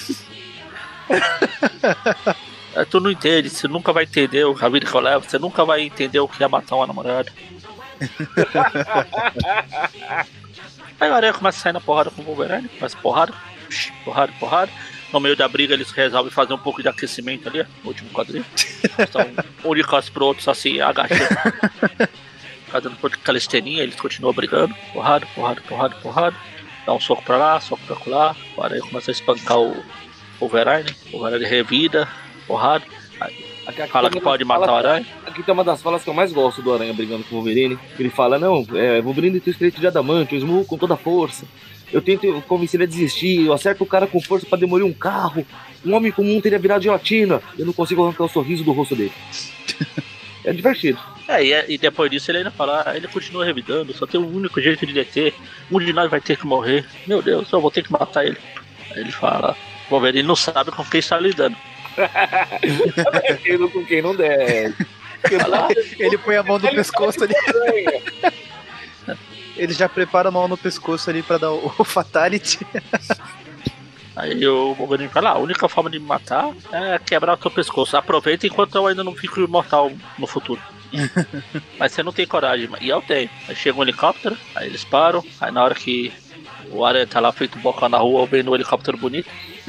Tu não entende, você nunca vai entender a vida que eu levo, você nunca vai entender o que é matar uma namorada. Aí o Aranha começa a sair na porrada com o Wolverine, faz porrada. No meio da briga eles resolvem fazer um pouco de aquecimento ali, no último quadrinho. Então, um de costas pro outro, só se agachando. Fazendo um pouco de calistenia, eles continuam brigando. Porrada. Dá um soco pra lá, soco pra lá. O Aranha começa a espancar o Wolverine. O Wolverine revida, porrada. Aí fala que pode matar o Aranha. Aqui tem uma das falas que eu mais gosto do Aranha brigando com o Wolverine. Ele fala, não, Wolverine tem o esqueleto de adamante, eu esmurro com toda a força. Eu tento convencer ele a desistir, eu acerto o cara com força pra demolir um carro. Um homem comum teria virado gelatina. Eu não consigo arrancar o sorriso do rosto dele. É divertido. E depois disso ele ainda fala, ele continua revidando, só tem um único jeito de deter. Um de nós vai ter que morrer. Meu Deus, eu vou ter que matar ele. Aí ele fala, o Wolverine não sabe com quem está lidando. Com quem não der. Ele põe a mão no pescoço ali. Ele já prepara a mão no pescoço ali pra dar o fatality. Aí o Wolverine fala, a única forma de me matar é quebrar o teu pescoço. Aproveita enquanto eu ainda não fico imortal no futuro. Mas você não tem coragem, e eu tenho. Aí chega um helicóptero, aí eles param. Aí na hora que o Aranha tá lá feito boca na rua, vendo o helicóptero bonito.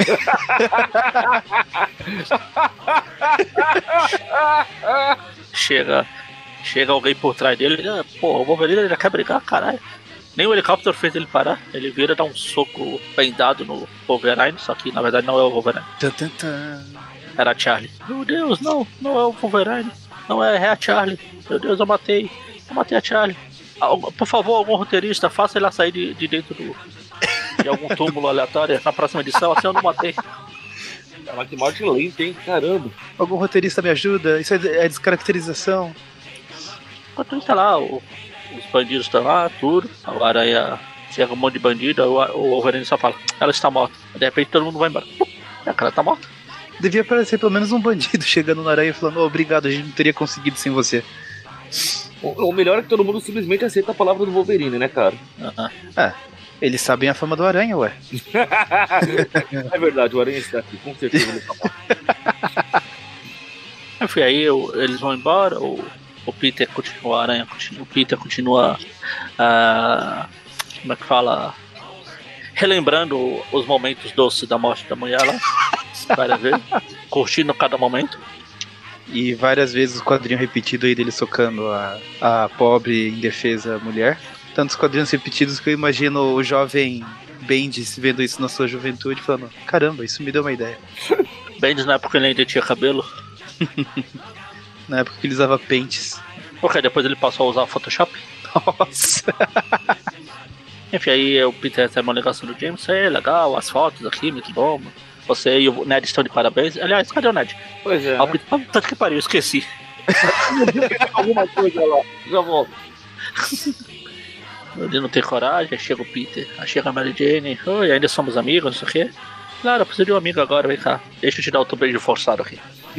Chega alguém por trás dele, porra, o Wolverine já quer brigar, caralho. Nem o helicóptero fez ele parar, ele vira, dá um soco pendado no Wolverine, só que na verdade não é o Wolverine. Era a Charlie. Meu Deus, não é o Wolverine, não é a Charlie. Meu Deus, eu matei a Charlie. Por favor, algum roteirista, faça ele sair de dentro de algum túmulo aleatório na próxima edição, assim eu não matei. Mas que morte lenta, hein? Caramba. Algum roteirista me ajuda? Isso é descaracterização. Enquanto tá lá, os bandidos estão lá, tudo. A Aranha chega um monte de bandido, o Wolverine só fala, ela está morta. De repente todo mundo vai embora. A cara tá morta. Devia aparecer pelo menos um bandido chegando na Aranha e falando, obrigado, a gente não teria conseguido sem você. O melhor é que todo mundo simplesmente aceita a palavra do Wolverine, né, cara? Eles sabem a fama do Aranha, ué. É verdade, o Aranha está aqui, com certeza ele está morto. Enfim, aí eles vão embora, o Peter continua, a Aranha continua, o Peter continua, como é que fala, relembrando os momentos doces da morte da mulher lá, várias vezes, curtindo cada momento. E várias vezes o quadrinho repetido aí dele socando a pobre indefesa mulher. Tantos quadrinhos repetidos que eu imagino o jovem Bendis vendo isso na sua juventude falando, caramba, isso me deu uma ideia. Bendis na época ele ainda tinha cabelo. Na época que ele usava pentes. Porque depois ele passou a usar Photoshop. Nossa. Enfim, aí o Peter recebe uma ligação do James, legal, as fotos aqui, muito bom. Você e o Ned estão de parabéns. Aliás, cadê o Ned? Pois é. Tanto que pariu, esqueci. Alguma coisa lá, já volto. Ele não tem coragem, aí chega o Peter, aí chega a Mary Jane, oi, ainda somos amigos, não sei o quê. Claro, eu preciso de um amigo agora, vem cá. Deixa eu te dar outro beijo forçado aqui.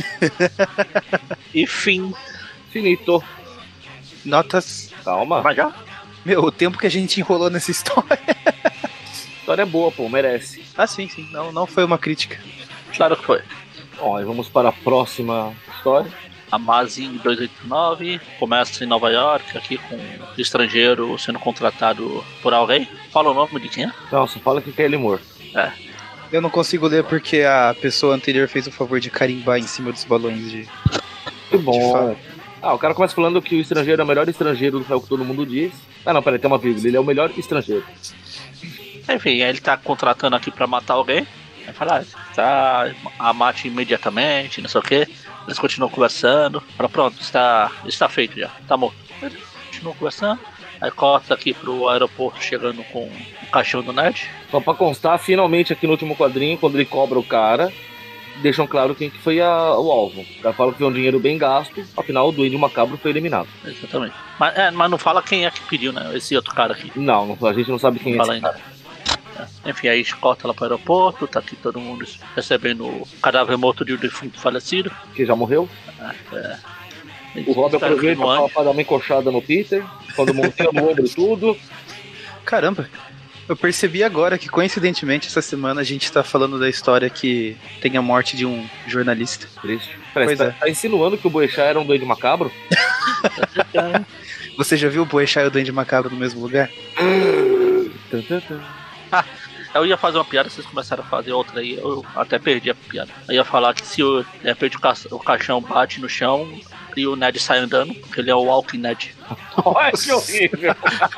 E fim. Finito. Notas. Calma. Vai já? Meu, o tempo que a gente enrolou nessa história. A história é boa, pô, merece. Ah, sim. Não foi uma crítica. Claro que foi. Bom, aí vamos para a próxima história. Amazing 289 começa em Nova York, aqui com um estrangeiro sendo contratado por alguém. Fala o nome de quem é? Não, só fala que quer ele morto. Eu não consigo ler porque a pessoa anterior fez o favor de carimbar em cima dos balões de... Que bom. O cara começa falando que o estrangeiro é o melhor estrangeiro do que todo mundo diz. Não, peraí, tem uma vírgula. Ele é o melhor estrangeiro. Enfim, aí ele tá contratando aqui pra matar alguém. Aí fala, mate imediatamente, não sei o que. Eles continuam conversando. Fala, pronto, está feito já, tá morto. Eles continuam conversando. Aí corta aqui pro aeroporto chegando com o caixão do Ned. Só pra constar, finalmente aqui no último quadrinho, quando ele cobra o cara, deixam claro quem que foi o alvo. O cara fala que foi um dinheiro bem gasto, afinal o Duende Macabro foi eliminado. Exatamente. Mas não fala quem é que pediu, né? Esse outro cara aqui. Não, a gente não sabe quem é esse ainda. cara. Enfim, aí escolta lá pro aeroporto, tá aqui todo mundo recebendo o cadáver morto de um defunto falecido. Que já morreu. O Rob aproveita pra dar uma encoxada no Peter, quando montou no ombro e tudo. Caramba, eu percebi agora que, coincidentemente, essa semana a gente tá falando da história que tem a morte de um jornalista. Triste. Peraí, tá insinuando que o Boechat era um doido macabro? Você já viu o Boechat e o Duende Macabro no mesmo lugar? Eu ia fazer uma piada, vocês começaram a fazer outra aí, eu até perdi a piada. Eu ia falar que se de repente o caixão bate no chão e o Ned sai andando, porque ele é o Walking Ned. Olha que horrível!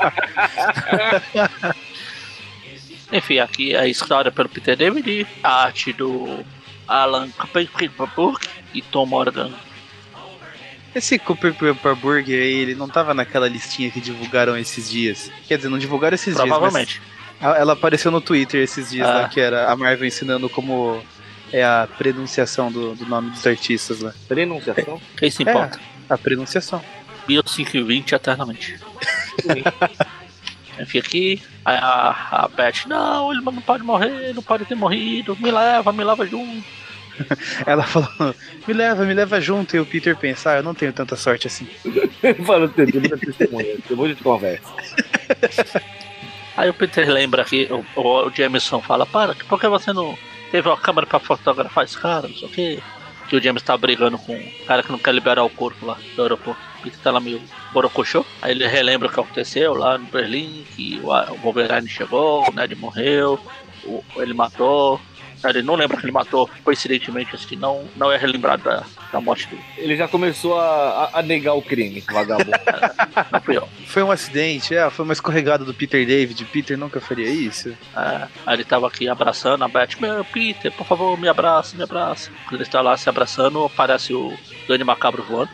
Enfim, aqui é a história pelo Peter David, a arte do Alan Kupperberg e Tom Morgan. Esse Kupperberg aí, ele não tava naquela listinha que divulgaram esses dias? Quer dizer, não divulgaram esses Provavelmente. dias, mas ela apareceu no Twitter esses dias lá, que era a Marvel ensinando como é a pronunciação do nome dos artistas lá. Pronunciação? Quem se importa? A pronunciação. Bio 520 eternamente. Enfim, aqui a Beth, não, ele não pode morrer, não pode ter morrido, me leva junto. Ela falou, me leva junto, e o Peter pensa, eu não tenho tanta sorte assim. Falando, tem muita testemunha, tem muita conversa. Aí o Peter lembra que o Jameson fala, por que você não teve uma câmera pra fotografar esse cara, não sei o quê? Que o James tá brigando com o cara que não quer liberar o corpo lá do aeroporto. O Peter tá lá meio borocochô. Aí ele relembra o que aconteceu lá no Berlim, que o Wolverine chegou, o Ned morreu, ele matou. Ele não lembra que ele matou, coincidentemente, assim, não é relembrado da morte dele. Ele já começou a negar o crime, vagabundo. Não fui eu. Foi um acidente, foi uma escorregada do Peter David, Peter nunca faria isso. Aí ele tava aqui abraçando a Beth, meu Peter, por favor, me abraça. Quando ele está lá se abraçando, aparece o Duende Macabro voando.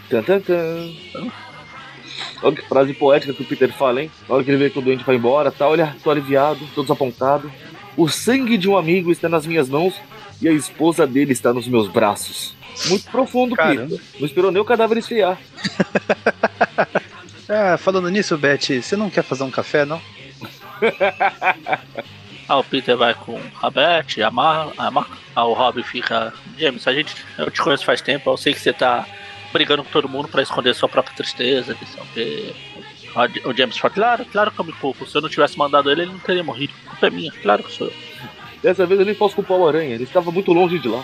Olha que frase poética que o Peter fala, hein? Na hora que ele vê que o Duende vai embora, tá, olha, tô aliviado, tô desapontado. O sangue de um amigo está nas minhas mãos e a esposa dele está nos meus braços. Muito profundo, Caramba. Peter. Não esperou nem o cadáver esfriar. Falando nisso, Beth, você não quer fazer um café, não? O Peter vai com a Beth, a Mar. O Rob fica, James, eu te conheço faz tempo, eu sei que você tá brigando com todo mundo pra esconder sua própria tristeza, que são que... O James fala, claro que eu me culpo. Se eu não tivesse mandado ele não teria morrido. A culpa é minha, claro que sou eu. Dessa vez eu nem posso culpar o Aranha, ele estava muito longe de lá.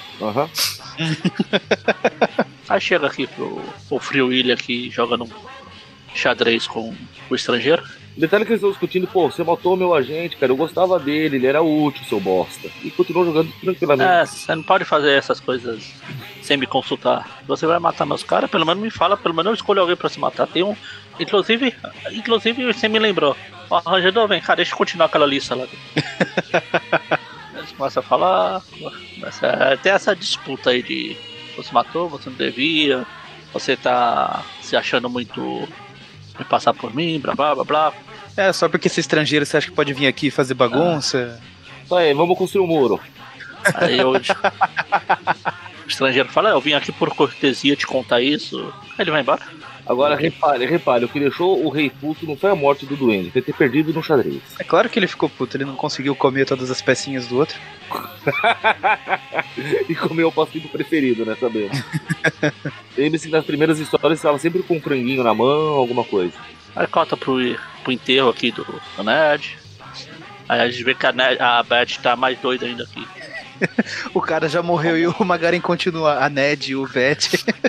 Aí chega aqui pro Free Willy aqui jogando xadrez com o estrangeiro. O detalhe é que eles estão discutindo, você matou meu agente, cara, eu gostava dele, ele era útil, seu bosta. E continuou jogando tranquilamente. Você não pode fazer essas coisas sem me consultar. Você vai matar meus caras, pelo menos me fala, pelo menos eu escolho alguém pra se matar. Tem um. Inclusive você me lembrou. Arranjador, vem cá, deixa eu continuar aquela lista lá. Eles começam a falar. Tem essa disputa aí de você matou, você não devia, você tá se achando muito de passar por mim, blá blá blá blá. Só porque esse estrangeiro você acha que pode vir aqui fazer bagunça? Aí, vamos construir um muro. Aí o estrangeiro fala, eu vim aqui por cortesia te contar isso. Aí ele vai embora. Agora repare, o que deixou o rei puto não foi a morte do duende, foi ter perdido no xadrez. É claro que ele ficou puto, ele não conseguiu comer todas as pecinhas do outro. E comeu o pastinho preferido, né, sabendo? Lembre-se que nas primeiras histórias estava sempre com um franguinho na mão, alguma coisa. Aí corta pro enterro aqui do Ned. Aí a gente vê que a Beth tá mais doida ainda aqui. O cara já morreu e o Magaren continua, a Ned e o Beth.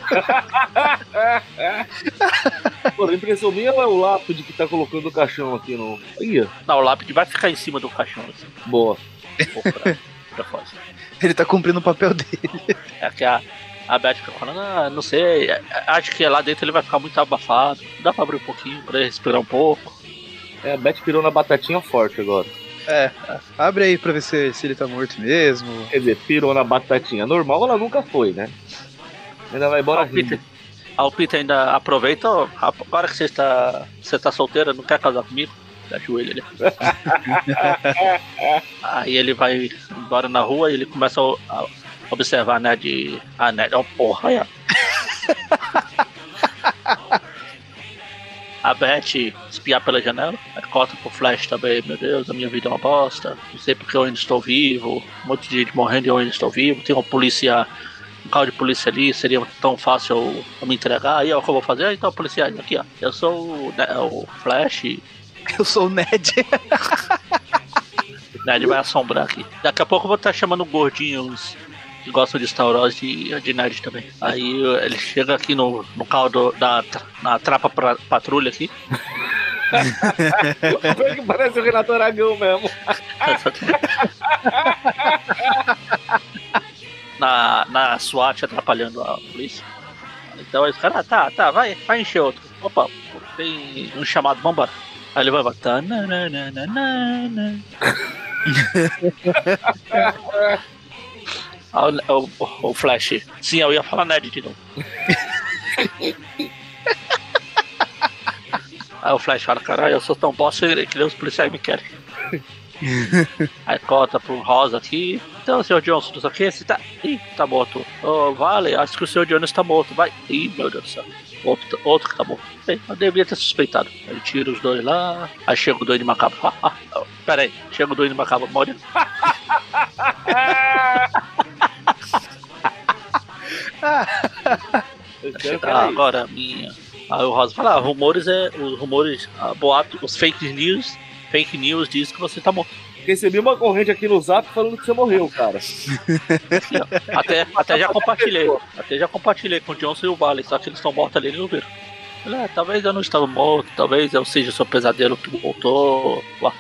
Pô, a impressão minha é o lápide que tá colocando o caixão aqui no... Ia. Não, o lápide vai ficar em cima do caixão assim. Boa. Pra fora. Ele tá cumprindo o papel dele. É que a Beth fica falando, não sei, acho que lá dentro ele vai ficar muito abafado. Dá pra abrir um pouquinho, pra ele respirar um pouco. A Beth pirou na batatinha forte agora. Abre aí pra ver se ele tá morto mesmo. Quer dizer, pirou na batatinha. Normal ela nunca foi, né? Ainda vai embora rindo. O Peter ainda aproveita, agora que você tá solteira, não quer casar comigo? Ajoelha ele. Aí ele vai embora na rua e ele começa a observar a Ned. Porra, a Beth espiar pela janela. Aí corta pro Flash também. Meu Deus, a minha vida é uma bosta. Não sei porque eu ainda estou vivo. Um monte de gente morrendo e eu ainda estou vivo. Tem um carro de polícia ali. Seria tão fácil eu me entregar. Aí é o que eu vou fazer. Então, policiais, aqui ó. Eu sou o Flash. Eu sou o Ned. O Ned vai assombrar aqui. Daqui a pouco eu vou estar chamando gordinhos que gostam de Star Wars de Ned também. Aí ele chega aqui no carro na trapa patrulha aqui. Parece o Renato Aragão mesmo. na SWAT atrapalhando a polícia. Então aí os caras, tá, vai encher outro. Opa, tem um chamado, vambora. Aí ele vai botar. O Flash. Sim, eu ia falar Ned de novo. Aí o Flash fala, caralho, eu sou tão bosta que nem os policiais me querem. Aí corta pro Rosa aqui. Então, senhor Johnson, não sei o que, você tá. Ih, tá morto. Oh, vale, acho que o senhor Johnson tá morto. Vai. Ih, meu Deus do céu. Outro que tá morto. Bem, eu devia ter suspeitado. Ele tira os dois lá. Aí chega o Duende Macabro. Pera aí, chega o Duende Macabro, morre. Agora a minha. Aí o Rosa fala, rumores, boatos, os fake news diz que você tá morto. Recebi uma corrente aqui no Zap falando que você morreu, cara. Até já compartilhei. Até já compartilhei com o Johnson e o Vale, só que eles estão mortos ali e não viram. Talvez eu não estava morto, talvez eu seja o seu pesadelo que voltou.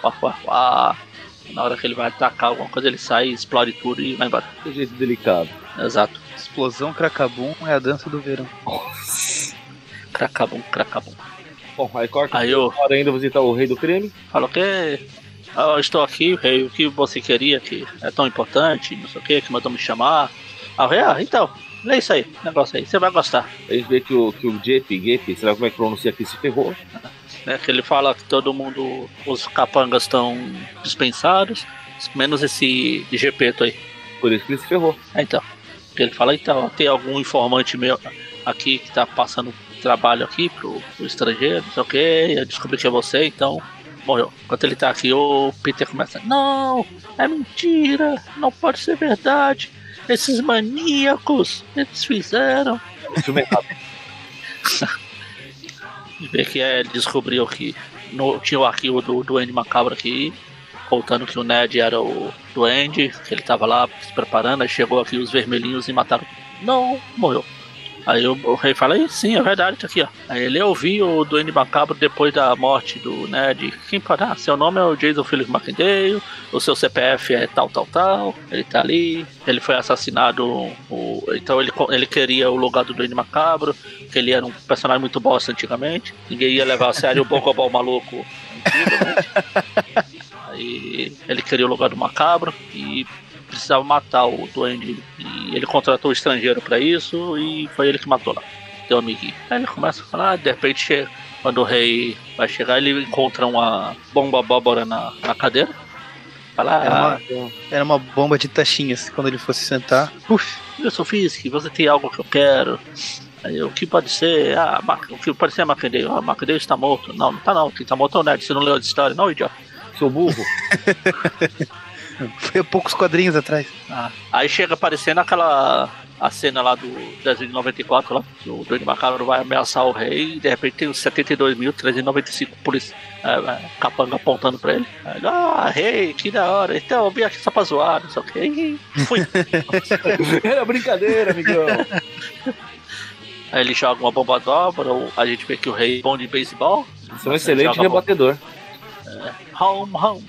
Na hora que ele vai atacar alguma coisa, ele sai, explode tudo e vai embora. Que jeito delicado. Exato. Explosão Cracabum é a dança do verão. Cracabum. Bom, aí corta. Aí eu ainda visitar o rei do crime. Falou que eu estou aqui, rei, o que você queria, que é tão importante, não sei o que mandou me chamar. Aí o rei, então, lê isso aí, negócio aí, você vai gostar. A gente vê que o Gape, sei lá como é que pronuncia aqui, se ferrou. Que ele fala que todo mundo, os capangas estão dispensados, menos esse Gepeto aí. Por isso que ele se ferrou. Então, ele fala, então, tem algum informante meu aqui que tá passando trabalho aqui pro estrangeiro, não sei o que, eu descobri que é você, então morreu. Enquanto ele tá aqui, o Peter começa, não, é mentira, não pode ser verdade, esses maníacos, eles fizeram. Isso mesmo. Vê que ele descobriu que tinha o arquivo do Duende Macabro aqui, contando que o Ned era o Duende, que ele tava lá se preparando, aí chegou aqui os vermelhinhos e mataram. Não, morreu. Aí o rei fala, sim, é verdade, tá aqui, ó. Aí ele ouviu o Duende Macabro depois da morte do Ned. Quem pode? Seu nome é o Jason Phillips Macendale, o seu CPF é tal. Ele tá ali, ele foi assassinado. Então ele queria o lugar do Duende Macabro, que ele era um personagem muito bosta antigamente. Ninguém ia levar a sério o Bogobol maluco antigamente. Aí ele queria o lugar do Macabro e precisava matar o Duende, e ele contratou o estrangeiro pra isso, e foi ele que matou lá, teu amiguinho. Aí ele começa a falar, de repente, quando o rei vai chegar, ele encontra uma bomba abóbora na cadeira. Fala, era uma bomba de taxinhas, quando ele fosse sentar. Wilson Fisk, você tem algo que eu quero? Aí, o que pode ser? O que pode ser a Macendale? A Macendale está morto. Não tá não, quem tá morto é o Ned, você não leu a história, não, idiota? Sou burro. Foi há poucos quadrinhos atrás. Aí chega aparecendo a cena lá do desenho de 94 lá, que o Duende Macabro vai ameaçar o rei e de repente tem os 72.395 polícia capanga apontando pra ele. Aí, rei, que da hora. Então eu vim aqui só pra zoar, não sei o que. Fui. Era brincadeira, amigão. Aí ele joga uma bomba dobra, a gente vê que o rei é bom de beisebol. Isso é um excelente rebatedor. Home.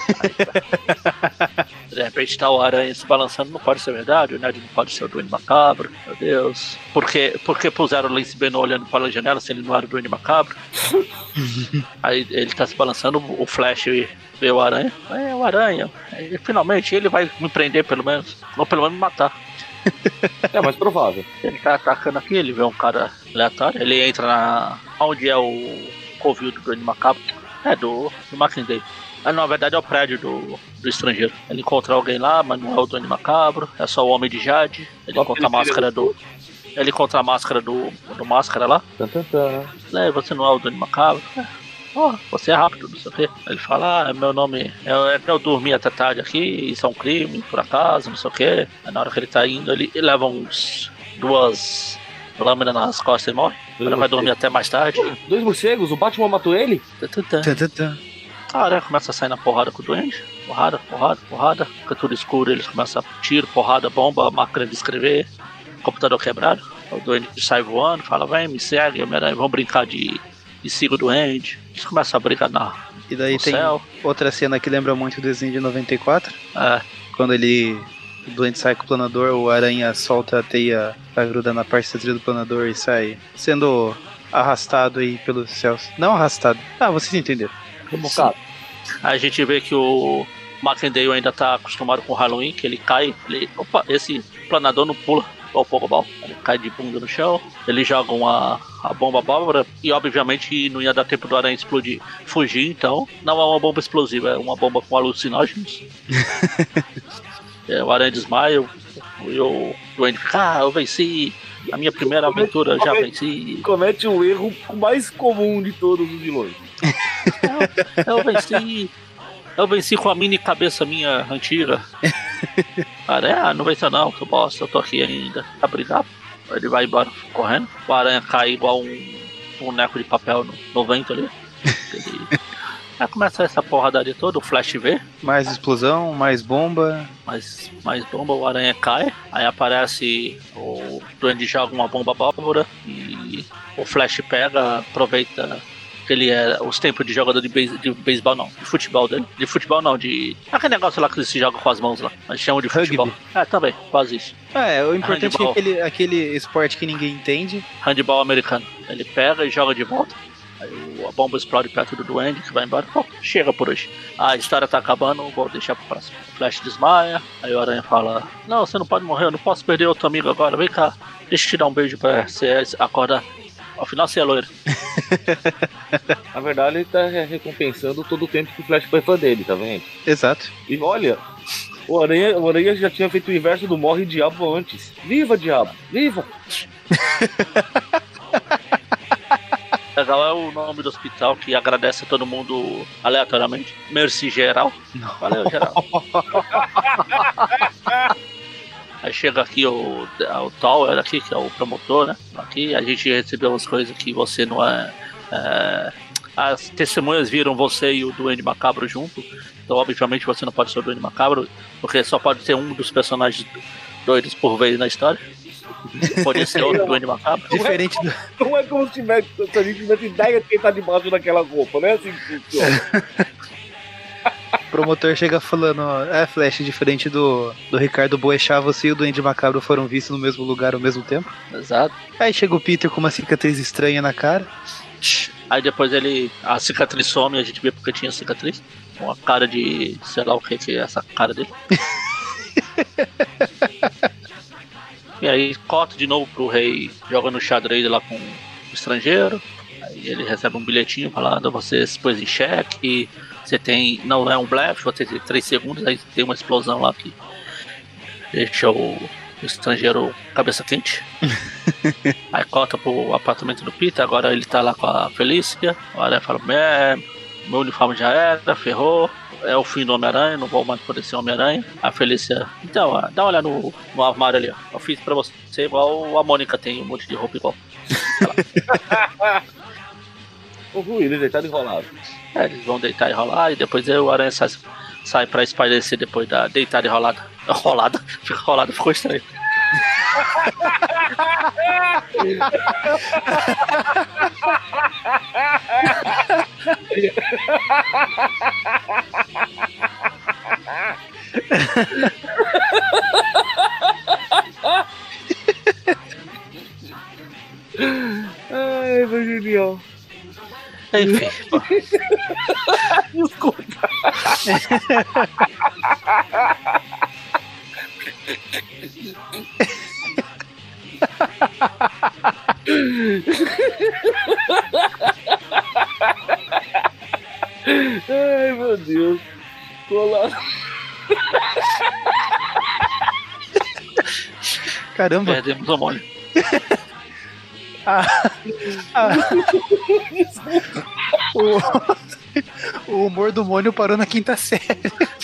De repente tá o Aranha se balançando, não pode ser verdade, o Ned não pode ser o Duende Macabro, meu Deus. Por que puseram o Lance Beno olhando para a janela se ele não era o Duende Macabro? Aí ele tá se balançando, o Flash vê o Aranha, o Aranha, aí, finalmente ele vai me prender pelo menos, ou pelo menos me matar. É mais provável. Ele tá atacando aqui, ele vê um cara aleatório, ele entra onde é o covil do Duende Macabro. Do Macendale. Na verdade é o prédio do estrangeiro. Ele encontra alguém lá, mas não é o Duende Macabro, é só o Homem de Jade. Ele encontra a máscara do... Ele contra a máscara do Máscara lá. Você não é o Duende Macabro? Você é rápido, não sei o quê. Ele fala, meu nome é que eu dormi até tarde aqui, isso é um crime, por acaso, não sei o quê. Aí na hora que ele tá indo, ele leva duas lâminas nas costas e morre. Ele vai dormir até mais tarde. 2 morcegos, o Batman matou ele? Cara, começa a sair na porrada com o Duende. Porrada. Fica tudo escuro, eles começam a tiro, porrada, bomba, máquina de escrever, computador quebrado. O Duende sai voando, fala, vem, me segue, Homem-Aranha, vamos brincar de siga o Duende. Eles começam a brincar E daí tem céu. Outra cena que lembra muito o desenho de 94. Quando o Duende sai com o planador, o Aranha solta a teia pra grudar na parte traseira do planador e sai sendo arrastado aí pelos céus. Não arrastado. Vocês entenderam. Rebocado. Aí a gente vê que o Macendale ainda tá acostumado com o Halloween, que ele cai, opa, esse planador não pula igual o Pogobol. Ele cai de bunda no chão, ele joga a bomba abóbora e obviamente não ia dar tempo do Aranha explodir, fugir, então não é uma bomba explosiva, é uma bomba com alucinógenos. O Aranha desmaia e o Duende fica, eu venci, a minha primeira aventura já venci. Comete o erro mais comum de todos os vilões. Eu venci com a mini cabeça minha antiga. Aranha, não venceu não, que bosta, eu tô aqui ainda. Tá brigado? Ele vai embora correndo. O Aranha cai igual um boneco de papel no vento ali. Aí começa essa porradaria toda, o Flash vê. Mais explosão, mais bomba. Mais bomba, o Aranha cai. Aí aparece o Duende joga uma bomba abóbora e o Flash pega, aproveita que ele é os tempos de jogador de beisebol não, de futebol dele. De futebol não, de aquele negócio lá que eles se jogam com as mãos lá. Mas chamam de futebol. Rugby. Também, quase isso. O importante handball. É aquele esporte que ninguém entende. Handball americano. Ele pega e joga de volta. Aí a bomba explode perto do Duende, que vai embora. Pô, chega por hoje. A história tá acabando, vou deixar pro próximo. O Flash desmaia, aí o Aranha fala, não, você não pode morrer, eu não posso perder outro amigo agora, vem cá, deixa eu te dar um beijo pra você acordar. Ao final você é loiro. Na verdade ele tá recompensando todo o tempo que o Flash foi fã dele, tá vendo? Exato. E olha, o Aranha já tinha feito o inverso do Morre Diabo antes. Viva, Diabo! Viva! Legal é o nome do hospital que agradece a todo mundo aleatoriamente. Merci Geral. Valeu, Geral. Aí chega aqui o Tower aqui, que é o promotor, né? Aqui a gente recebeu umas coisas que você não é... As testemunhas viram você e o Duende Macabro junto. Então obviamente você não pode ser o Duende Macabro, porque só pode ter um dos personagens doidos por vez na história. Pode ser outro Duende Macabro. Diferente do... Não é como se a gente tivesse ideia de quem tá debaixo daquela roupa, não é assim que funciona. O promotor chega falando, Flash, diferente do Ricardo Boechat, você e o Duende Macabro foram vistos no mesmo lugar ao mesmo tempo. Exato. Aí chega o Peter com uma cicatriz estranha na cara. Aí depois a cicatriz some e a gente vê porque tinha cicatriz. Com a cara de, sei lá o que é essa cara dele. E aí corta de novo pro rei jogando xadrez lá com o estrangeiro. Aí ele recebe um bilhetinho falando, você se pôs em xeque, você tem, não é um blefe, você tem 3 segundos, aí tem uma explosão lá que deixa o estrangeiro cabeça quente. Aí corta pro apartamento do Peter, agora ele tá lá com a Felícia. O Aranha fala, meu uniforme já era, ferrou, é o fim do Homem-Aranha, não vou mais poder ser Homem-Aranha. A Felícia, então, dá uma olhada no armário ali, ó. Eu fiz pra você igual a Mônica tem um monte de roupa igual. O Rui, ele deitado e enrolado. Eles vão deitar e rolar, e depois o Aranha sai pra espairecer depois da deitada e rolada. Rolada ficou estranho. Ai, foi genial. Enfim. Desculpa. Ai, meu Deus. Colado. Caramba. Perdemos o molho. O humor do Mônio parou na quinta série.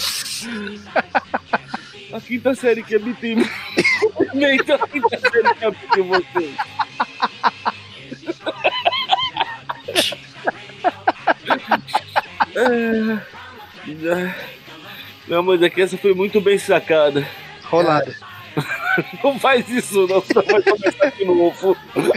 A quinta série que habita em mim. A quinta série que habita em você. Não, mas aqui essa foi muito bem sacada. Rolada. Não faz isso não, senão vai começar de novo.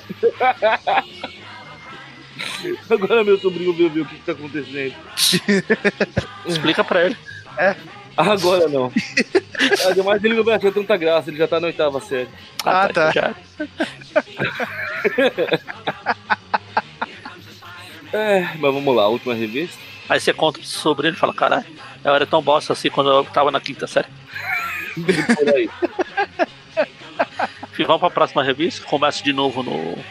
Agora meu sobrinho veio ver o que tá acontecendo. Explica pra ele. Agora não. Ademais ele não vai achar tanta graça, ele já tá na 8ª série. Tá. Já. Mas vamos lá, a última revista. Aí você conta pro seu sobrinho e fala, caralho, eu era tão bosta assim quando eu tava na quinta série. Por aí. Vamos pra próxima revista, começa de novo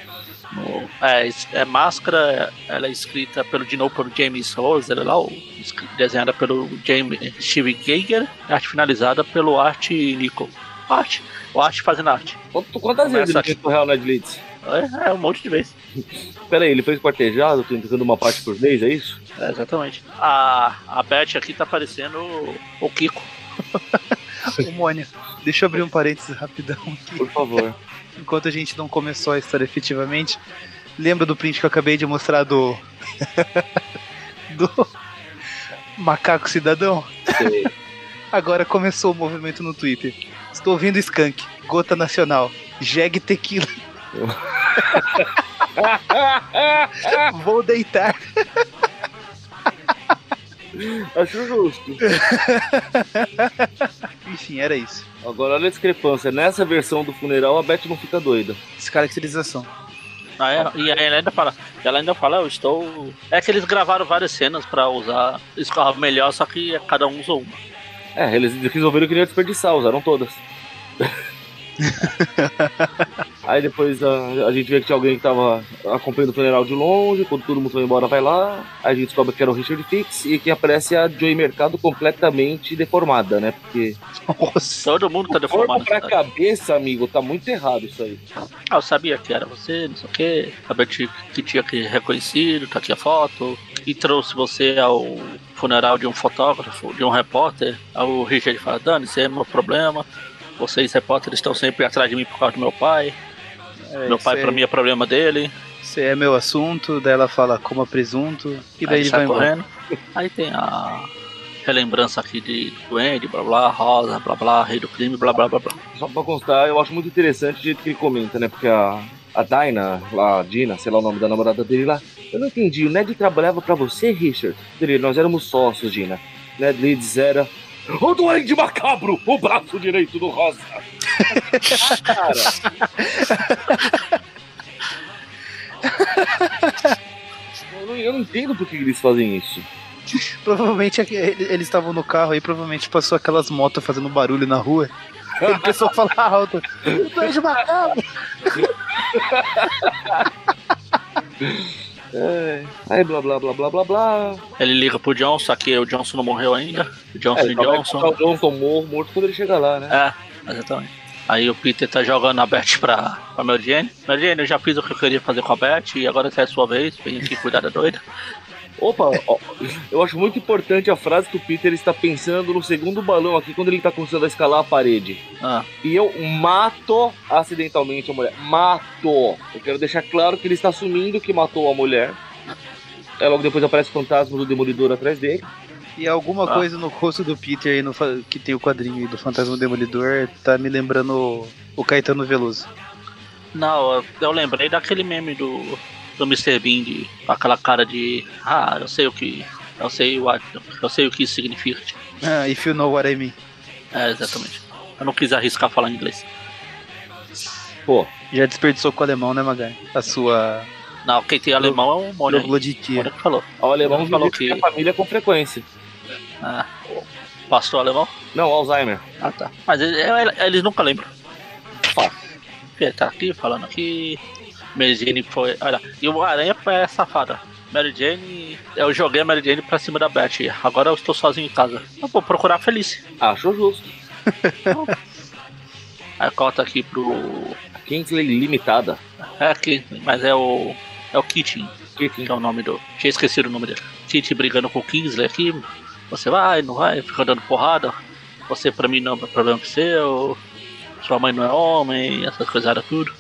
Máscara, ela é escrita de novo pelo James Rose, lá, desenhada pelo Steve Geiger, arte finalizada pelo Art Nico. O Art fazendo arte. Quantas vezes ele fez o Real Nedlitz? Um monte de vezes. Pera aí, ele fez quartejado, tentando uma parte por vez, é isso? Exatamente. A Beth aqui tá parecendo o Kiko. O Mônio. Deixa eu abrir um parênteses rapidão aqui. Por favor. Enquanto a gente não começou a história efetivamente, lembra do print que eu acabei de mostrar do Macaco Cidadão? Sei. Agora começou o movimento no Twitter. Estou ouvindo Skank, Gota Nacional, Jeg Tequila. Vou deitar. Acho justo. Enfim, era isso. Agora olha a discrepância. Nessa versão do funeral a Beth não fica doida. Descaracterização. E aí ela ainda fala, eu estou... É que eles gravaram várias cenas pra usar escola melhor, só que cada um usou uma. Eles resolveram que não ia desperdiçar, usaram todas. Aí depois a gente vê que tinha alguém que tava acompanhando o funeral de longe. Quando todo mundo foi embora, vai lá. Aí a gente descobre que era o Richard Fix. E que aparece a Joey Mercado completamente deformada, né? Porque nossa, todo mundo tá deformado. Pra cabeça, amigo, tá muito errado isso aí. Eu sabia que era você, não sei o que. Sabia que tinha que reconhecido, tá aqui a foto. E trouxe você ao funeral de um fotógrafo, de um repórter. Aí o Richard fala, Dani, isso é meu problema. Vocês repórteres estão sempre atrás de mim por causa do meu pai. Meu pai pra mim é problema dele. Isso é meu assunto. Daí ela fala, coma presunto. E daí ele vai correndo. Aí tem a relembrança aqui de Duende, blá blá, Rosa, blá blá, Rei do Crime, blá blá blá blá. Só pra constar, eu acho muito interessante o jeito que ele comenta, né? Porque a Dinah, lá, a Dina, sei lá o nome da namorada dele lá. Eu não entendi, o Ned trabalhava pra você, Richard? Nós éramos sócios, Dina. Ned Leeds era... O Duende Macabro, o braço direito do Rosa. Cara. Eu não entendo por que eles fazem isso. Provavelmente eles estavam no carro aí, provavelmente passou aquelas motos fazendo barulho na rua. Ele começou a falar alto. O Duende Macabro. Aí blá blá blá blá blá blá. Ele liga pro Johnson, só que o Johnson não morreu ainda. O Johnson. O Johnson morto quando ele chegar lá, né? Exatamente. Aí o Peter tá jogando a Beth pra Mary Jane. Mary Jane, eu já fiz o que eu queria fazer com a Beth e agora é a sua vez. Vem aqui cuidar da doida. Opa, eu acho muito importante a frase que o Peter está pensando no segundo balão aqui quando ele está começando a escalar a parede. E eu mato acidentalmente a mulher. Mato! Eu quero deixar claro que ele está assumindo que matou a mulher. Aí logo depois aparece o fantasma do Demolidor atrás dele. E alguma coisa no rosto do Peter aí, que tem o quadrinho aí do Fantasma do Demolidor, tá me lembrando o Caetano Veloso. Não, eu lembrei daquele meme do Mr. Bean, com aquela cara de eu sei o que isso significa. If you know what I mean. Exatamente. Eu não quis arriscar falar em inglês. Pô, já desperdiçou com o alemão, né, Magai? A sua... Não, quem tem alemão é o Mônio. O que falou. O alemão falou que a família com frequência. Pastor alemão? Não, Alzheimer. Tá. Mas eles nunca lembram. Ele tá aqui, falando aqui. Mary Jane foi... Olha, e o Aranha é safada. Mary Jane... Eu joguei a Mary Jane pra cima da Beth. Agora eu estou sozinho em casa. Eu vou procurar a Felice. Acho justo. Aí corta aqui pro Kingsley Limitada. É Kingsley, mas é o Kit, que é o nome do... Tinha esquecido o nome dele. Kit brigando com o Kingsley aqui. Você vai, não vai, fica dando porrada. Você pra mim não é problema seu. Sua mãe não é homem, essas coisadas tudo.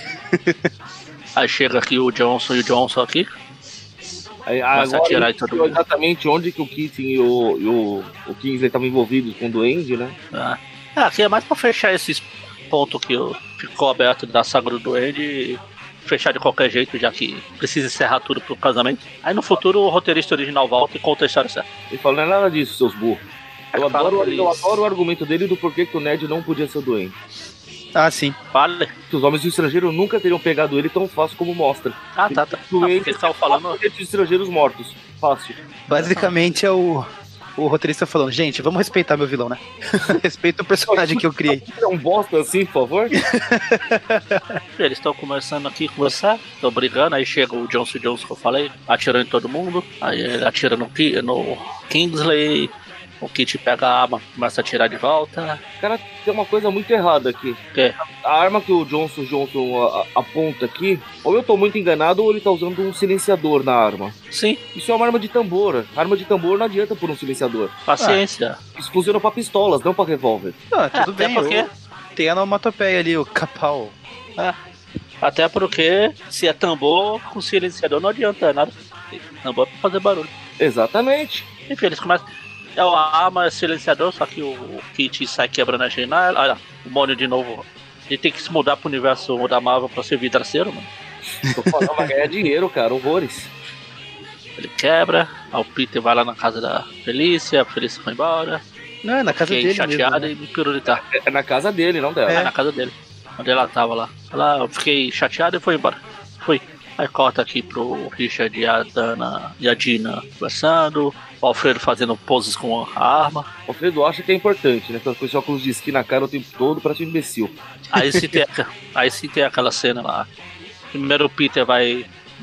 Aí chega aqui o Johnson e o Johnson aqui. Aí, agora exatamente onde que o Kit e o Kingsley estavam envolvidos com o Duende, né? Aqui é mais pra fechar esses pontos que ficou aberto da saga do Duende e fechar de qualquer jeito, já que precisa encerrar tudo pro casamento. Aí no futuro o roteirista original volta e conta a história certa. Ele fala, não é nada disso, seus burros. Eu adoro o argumento dele do porquê que o Ned não podia ser o Duende. Ah, sim. Vale. Os homens do estrangeiro nunca teriam pegado ele tão fácil como mostra. Tá. Duende estava falando de estrangeiros mortos. Fácil. Basicamente é o roteirista falando, gente, vamos respeitar meu vilão, né? Respeita o personagem que eu criei. É um bosta assim, por favor? Eles estão começando aqui a conversar, estão brigando, aí chega o Johnson que eu falei, atirando em todo mundo, aí ele atira no Kingsley. O Kit pega a arma, começa a atirar de volta. Cara, tem uma coisa muito errada aqui. Que? A arma que o Johnson aponta aqui, ou eu tô muito enganado ou ele tá usando um silenciador na arma. Sim. Isso é uma arma de tambor. Arma de tambor não adianta por um silenciador. Paciência. Isso funciona pra pistolas, não pra revólver. Tudo bem, porque... tem a onomatopeia ali, o capau. Até porque se é tambor com silenciador não adianta nada. Tambor é pra fazer barulho. Exatamente. Enfim, eles começam... A arma é silenciador, só que o Kit sai quebrando a janela. Olha, o Mônio de novo. Ele tem que se mudar pro universo da Marvel pra ser vidraceiro, mano. Tô falando, mas ganhar dinheiro, cara, horrores. Ele quebra, aí o Peter vai lá na casa da Felícia, a Felícia foi embora. Não, é na casa dele chateada mesmo, né? E me piruritar. É na casa dele, não dela. É na casa dele, onde ela tava lá. Eu fiquei chateado e foi embora. Fui. Aí corta aqui pro Richard e a Dana e a Dina conversando. O Alfredo fazendo poses com a arma. O Alfredo acha que é importante, né? Com esse óculos de esqui na cara o tempo todo, parece um imbecil. Aí sim tem aquela cena lá. Primeiro o Peter vai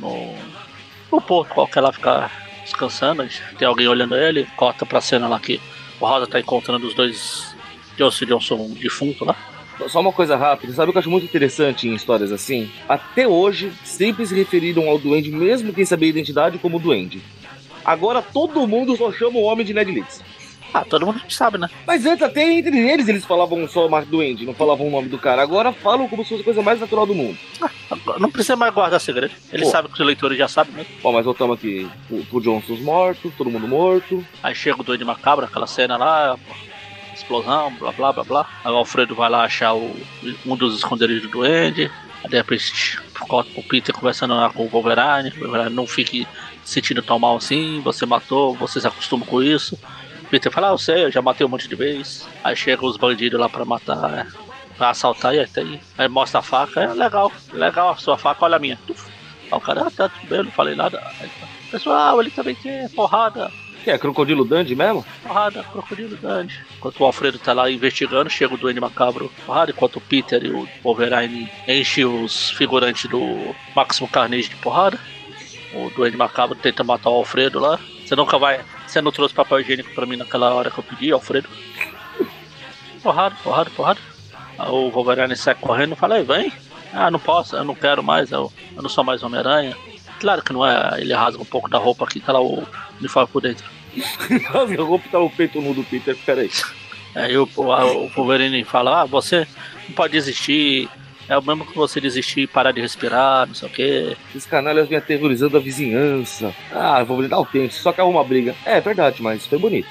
no porto qualquer lá ficar descansando. Tem alguém olhando ele. Corta pra cena lá que o Rosa tá encontrando os dois Johnson defunto lá. Só uma coisa rápida, sabe o que eu acho muito interessante em histórias assim? Até hoje, sempre se referiram ao Duende, mesmo quem sabia a identidade, como Duende. Agora todo mundo só chama o homem de Ned Leeds. Todo mundo sabe, né? Mas antes, até entre eles falavam só mais Duende, não falavam o nome do cara. Agora falam como se fosse a coisa mais natural do mundo. Não precisa mais guardar segredo. Eles sabem que os leitores já sabem mesmo. Bom, mas voltamos aqui pro Johnson morto, todo mundo morto. Aí chega o Duende Macabro, aquela cena lá... Explosão, blá blá blá blá. Aí o Alfredo vai lá achar um dos esconderijos do Duende. Aí de repente o Peter conversando lá com o Wolverine. O Wolverine, não fique sentindo tão mal assim. Você matou, você se acostuma com isso. O Peter fala, eu sei, eu já matei um monte de vezes. Aí chegam os bandidos lá pra matar, pra assaltar e aí mostra a faca. Legal a sua faca, olha a minha. Aí o cara, tá tudo bem, eu não falei nada. Aí, pessoal, ele também tem porrada. Que é Crocodilo Dundee mesmo? Porrada, Crocodilo Dundee. Enquanto o Alfredo tá lá investigando, chega o Duende Macabro. Porrada, enquanto o Peter e o Wolverine enchem os figurantes do Máximo Carnage de porrada. O Duende Macabro tenta matar o Alfredo lá. Você não trouxe papel higiênico pra mim naquela hora que eu pedi, Alfredo? Porrada. Aí o Wolverine sai correndo e fala, vem. Não posso, eu não quero mais, eu não sou mais Homem-Aranha. Claro que não é, ele rasga um pouco da roupa aqui, tá lá o uniforme por dentro. Rasga a roupa, tá o peito nu do Peter, peraí. Aí o Wolverine fala, você não pode desistir, é o mesmo que você desistir e parar de respirar, não sei o quê. Esses canalhas vêm aterrorizando a vizinhança. Wolverine, dá o tempo, só quer uma briga. É verdade, mas foi bonito.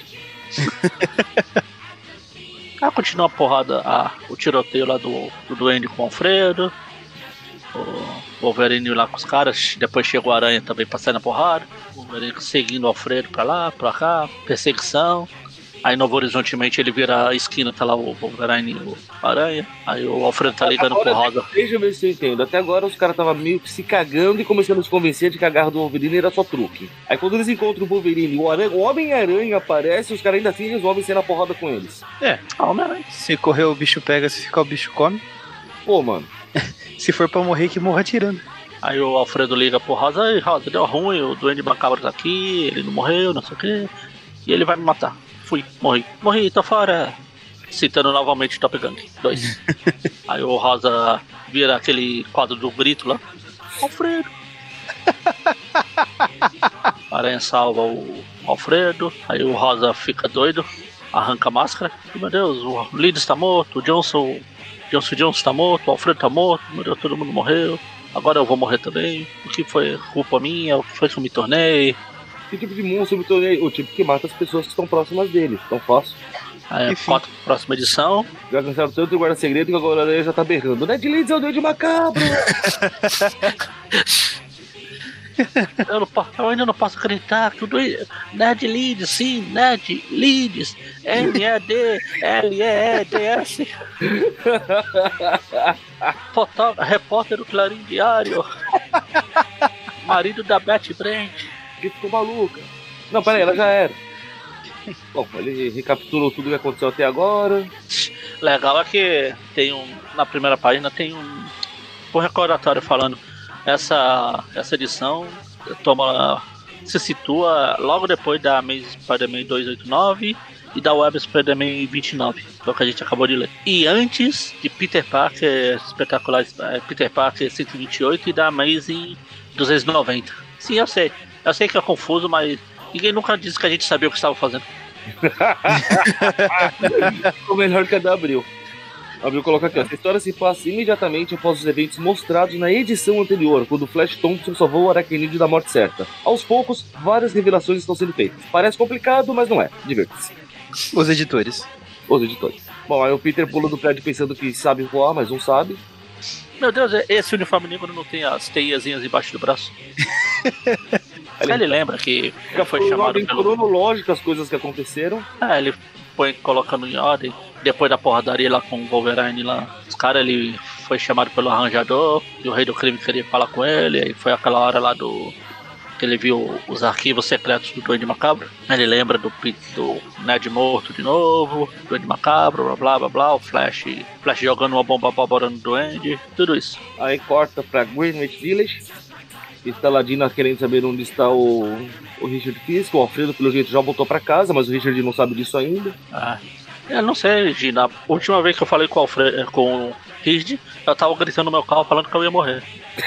Continua a porrada, o tiroteio lá do Duende com o Alfredo. O Wolverine lá com os caras, depois chega o Aranha também pra sair na porrada. O Wolverine seguindo o Alfredo pra lá, pra cá, perseguição. Aí Novo Horizontemente ele vira a esquina, tá lá o Wolverine e o Aranha. Aí o Alfredo tá ligando pro Rosa. Deixa eu ver se eu entendo. Até agora os caras estavam meio que se cagando e começando a se convencer de que a garra do Wolverine era só truque. Aí quando eles encontram o Wolverine e o Homem-Aranha aparece, os caras ainda assim resolvem sair na porrada com eles. Homem-Aranha. Se correr o bicho pega, se ficar o bicho come. Pô, mano. Se for pra morrer, que morra atirando. Aí o Alfredo liga pro Rosa, aí Rosa, deu ruim, o Duende Macabro tá aqui, ele não morreu, não sei o que. E ele vai me matar. Morri, tô fora. citando novamente Top Gun 2. Aí o Rosa vira aquele quadro do grito lá. Alfredo! Aranha salva o Alfredo. Aí o Rosa fica doido, arranca a máscara. E, meu Deus, o Leeds está morto, o Johnson está morto, o Alfredo está morto, meu Deus, todo mundo morreu. Agora eu vou morrer também. O que foi culpa minha? O que foi que eu me tornei? Que tipo de monstro eu me tornei? O tipo que mata as pessoas que estão próximas dele. Tão fácil. Aí, próxima edição. Já cansaram tanto o guarda-segredo que agora ele já tá berrando. Ned Leeds é o Duende Macabro! Eu ainda não posso acreditar que o Ned Leeds, sim, Ned Leeds, N-E-D-L-E-E-D-S. Repórter do Clarim Diário. Marido da Betty Brant. Que ficou maluca. Não, peraí, ela já era. Bom, ele recapitulou tudo que aconteceu até agora. Legal é que na primeira página tem um recordatório falando essa edição se situa logo depois da Amazing Spider-Man 289 e da Web Spider-Man 29, que é o que a gente acabou de ler. E antes de Peter Parker Espetacular Peter Parker 128 e da Amazing 290. Sim, eu sei que é confuso, mas ninguém nunca disse que a gente sabia o que estava fazendo. O melhor que a da Abril. Abril coloca aqui, essa história se passa imediatamente após os eventos mostrados na edição anterior, quando Flash Thompson salvou o Aracnídeo da morte certa. Aos poucos, várias revelações estão sendo feitas. Parece complicado, mas não é. Divirta-se. Os editores. Bom, aí o Peter pula do prédio pensando que sabe voar, mas não sabe. Meu Deus, esse uniforme negro não tem as teiazinhas embaixo do braço? Ele lembra que já foi chamado pelo... cronológico as coisas que aconteceram. Ele foi colocando em ordem. Depois da porradaria lá com o Wolverine lá, os caras, ele foi chamado pelo arranjador e o Rei do Crime queria falar com ele. Aí foi aquela hora lá que ele viu os arquivos secretos do Duende Macabro. Ele lembra do Ned morto de novo, Duende Macabro, blá blá blá blá, o Flash jogando uma bomba bárbara no Duende, tudo isso. Aí corta pra Greenwich Village. Está Ladina querendo saber onde está o Richard Fisk. O Alfredo, pelo jeito, já voltou pra casa, mas o Richard não sabe disso ainda. Eu não sei, Gina. A última vez que eu falei com o Richard, eu tava gritando no meu carro falando que eu ia morrer.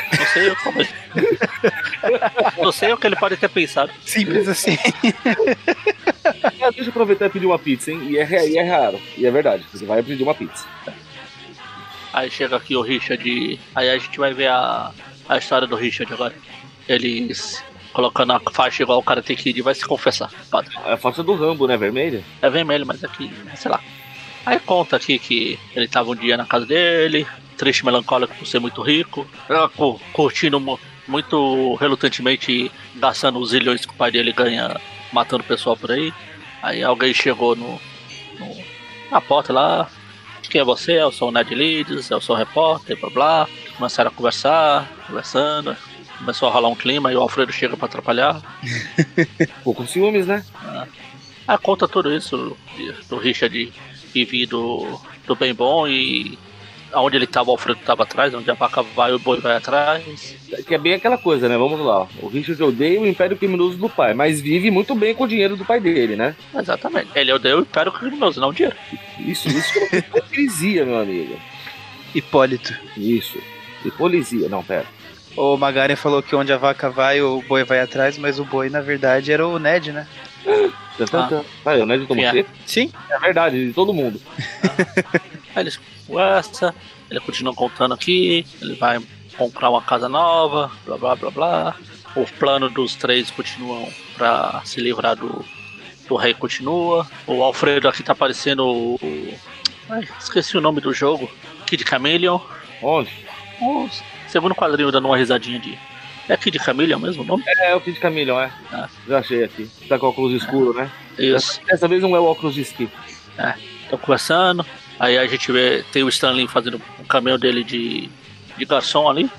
Não sei o que ele pode ter pensado. Simples assim. Deixa eu aproveitar e pedir uma pizza, hein? E é raro. E é verdade, você vai pedir uma pizza. Aí chega aqui o Richard. Aí a gente vai ver a história do Richard agora. Ele colocando a faixa igual o Karate Kid e vai se confessar, padre. É a faixa do Rambo, né? Vermelha? É vermelho, mas aqui, sei lá. Aí conta aqui que ele tava um dia na casa dele, triste, melancólico por ser muito rico, curtindo muito relutantemente, gastando os zilhões que o pai dele ganha matando o pessoal por aí. Aí alguém chegou na porta lá. Quem é você? Eu sou o Ned Leeds, eu sou o repórter, blá blá. Começaram a conversando. Começou a rolar um clima e o Alfredo chega pra atrapalhar. Pouco ciúmes, né? Aí conta tudo isso do Richard vir do bem bom e aonde ele tava, o Alfredo tava atrás, onde a vaca vai, o boi vai atrás. Que é bem aquela coisa, né? Vamos lá. O Richard odeia o império criminoso do pai, mas vive muito bem com o dinheiro do pai dele, né? Exatamente. Ele odeia o império criminoso, não o dinheiro. Isso que é hipocrisia, meu amigo. Hipólito. Isso. Hipolisia. Não, pera. O Magaren falou que onde a vaca vai, o boi vai atrás, mas o boi, na verdade, era o Ned, né? O Ned tomou seco? Sim. É verdade, de todo mundo. Aí eles conversam, ele continua contando aqui, ele vai comprar uma casa nova, blá blá blá blá. O plano dos três continuam pra se livrar do rei, continua. O Alfredo aqui tá aparecendo esqueci o nome do jogo. Kid Chameleon. Onde? O segundo quadrinho dando uma risadinha de... É Kid Chameleon mesmo o nome? É o Kid Chameleon, é. Já achei aqui. Tá com óculos escuro, né? Isso. Dessa vez não é o óculos de esqui. Tô conversando. Aí a gente vê, tem o Stan Lee fazendo um caminho dele de garçom ali.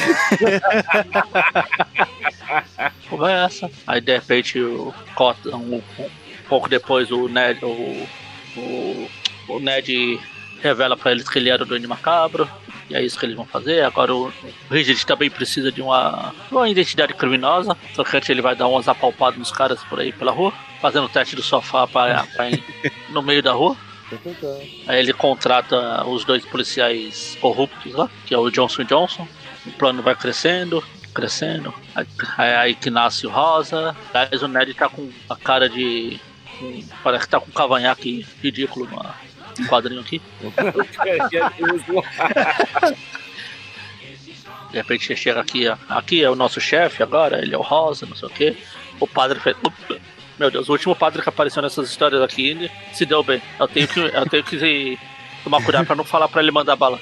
Conversa. Aí de repente um pouco depois o Ned revela pra eles que ele era o Duende Macabro. E é isso que eles vão fazer. Agora o Richard também precisa de uma identidade criminosa. Só que antes ele vai dar umas apalpadas nos caras por aí pela rua, fazendo o teste do sofá pra ir no meio da rua. Aí ele contrata os 2 policiais corruptos lá, que é o Johnson Johnson. O plano vai crescendo. Aí que nasce o Rosa. Aí o Ned tá com a cara de... parece que tá com um cavanhaque ridículo no quadrinho aqui. De repente você chega aqui é o nosso chefe agora, ele é o Rosa, não sei o que. O padre fez... Meu Deus, o último padre que apareceu nessas histórias aqui se deu bem. Eu tenho que tomar cuidado pra não falar pra ele mandar bala.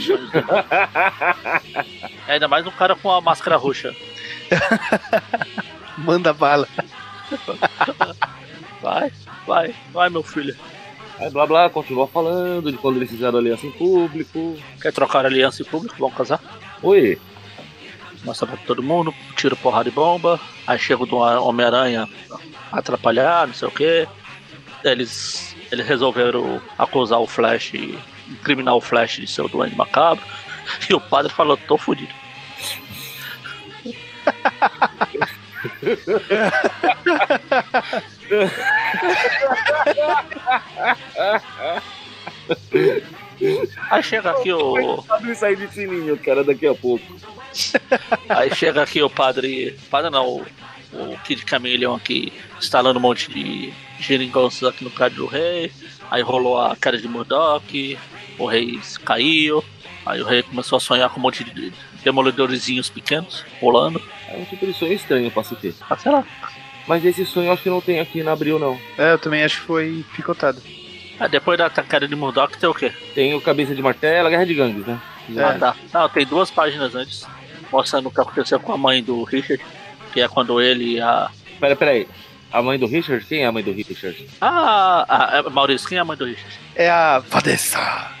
Ainda mais um cara com a máscara roxa. Manda bala. Vai, meu filho. Aí blá blá, continua falando de quando eles fizeram aliança em público. Quer trocar aliança em público? Vamos casar? Oi. Mostra pra todo mundo, tiro, porrada e bomba. Aí chega o Homem-Aranha atrapalhar, não sei o que. Eles resolveram acusar o Flash, incriminar o Flash de ser o Duende Macabro. E o padre falou, tô fudido. Aí chega aqui o padre sai de fininho, cara, daqui a pouco. Aí chega aqui o padre não, o Kid Chameleon aqui instalando um monte de geringonças aqui no prédio do rei. Aí rolou a queda de Murdoch, o rei caiu. Aí o rei começou a sonhar com um monte de demolidorzinhos pequenos rolando. É um tipo de sonho estranho pra se ter. Ah, sei lá. Mas esse sonho eu acho que não tem aqui na Abril, não. É, eu também acho que foi picotado. Depois da queda de Murdoch tem o quê? Tem o Cabeça de Martelo, a Guerra de Gangues, né? Ah, tá. Não, tem 2 páginas antes, mostrando o que aconteceu com a mãe do Richard, que é quando ele e a... Peraí. A mãe do Richard? Quem é a mãe do Richard? Maurício, quem é a mãe do Richard? É a Vanessa.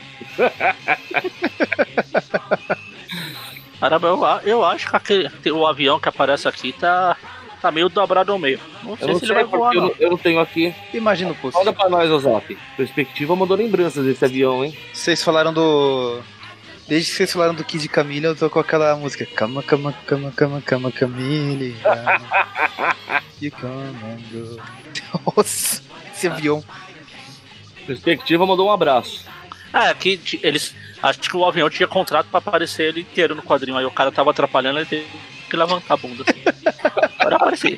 Caramba, eu acho que o avião que aparece aqui tá meio dobrado ao meio. Não sei se ele vai voar, não. Eu não tenho aqui. Imagina o posto. Manda pra nós, Ozap. Perspectiva mandou lembranças desse avião, hein? Vocês falaram do... Desde que vocês falaram do Kid Chameleon, eu tô com aquela música. Cama, Camille. You come and go. Nossa, esse avião. Perspectiva mandou um abraço. Aqui eles... Acho que o avião tinha contrato pra aparecer ele inteiro no quadrinho. Aí o cara tava atrapalhando, ele teve que levantar a bunda assim. Agora aparecer.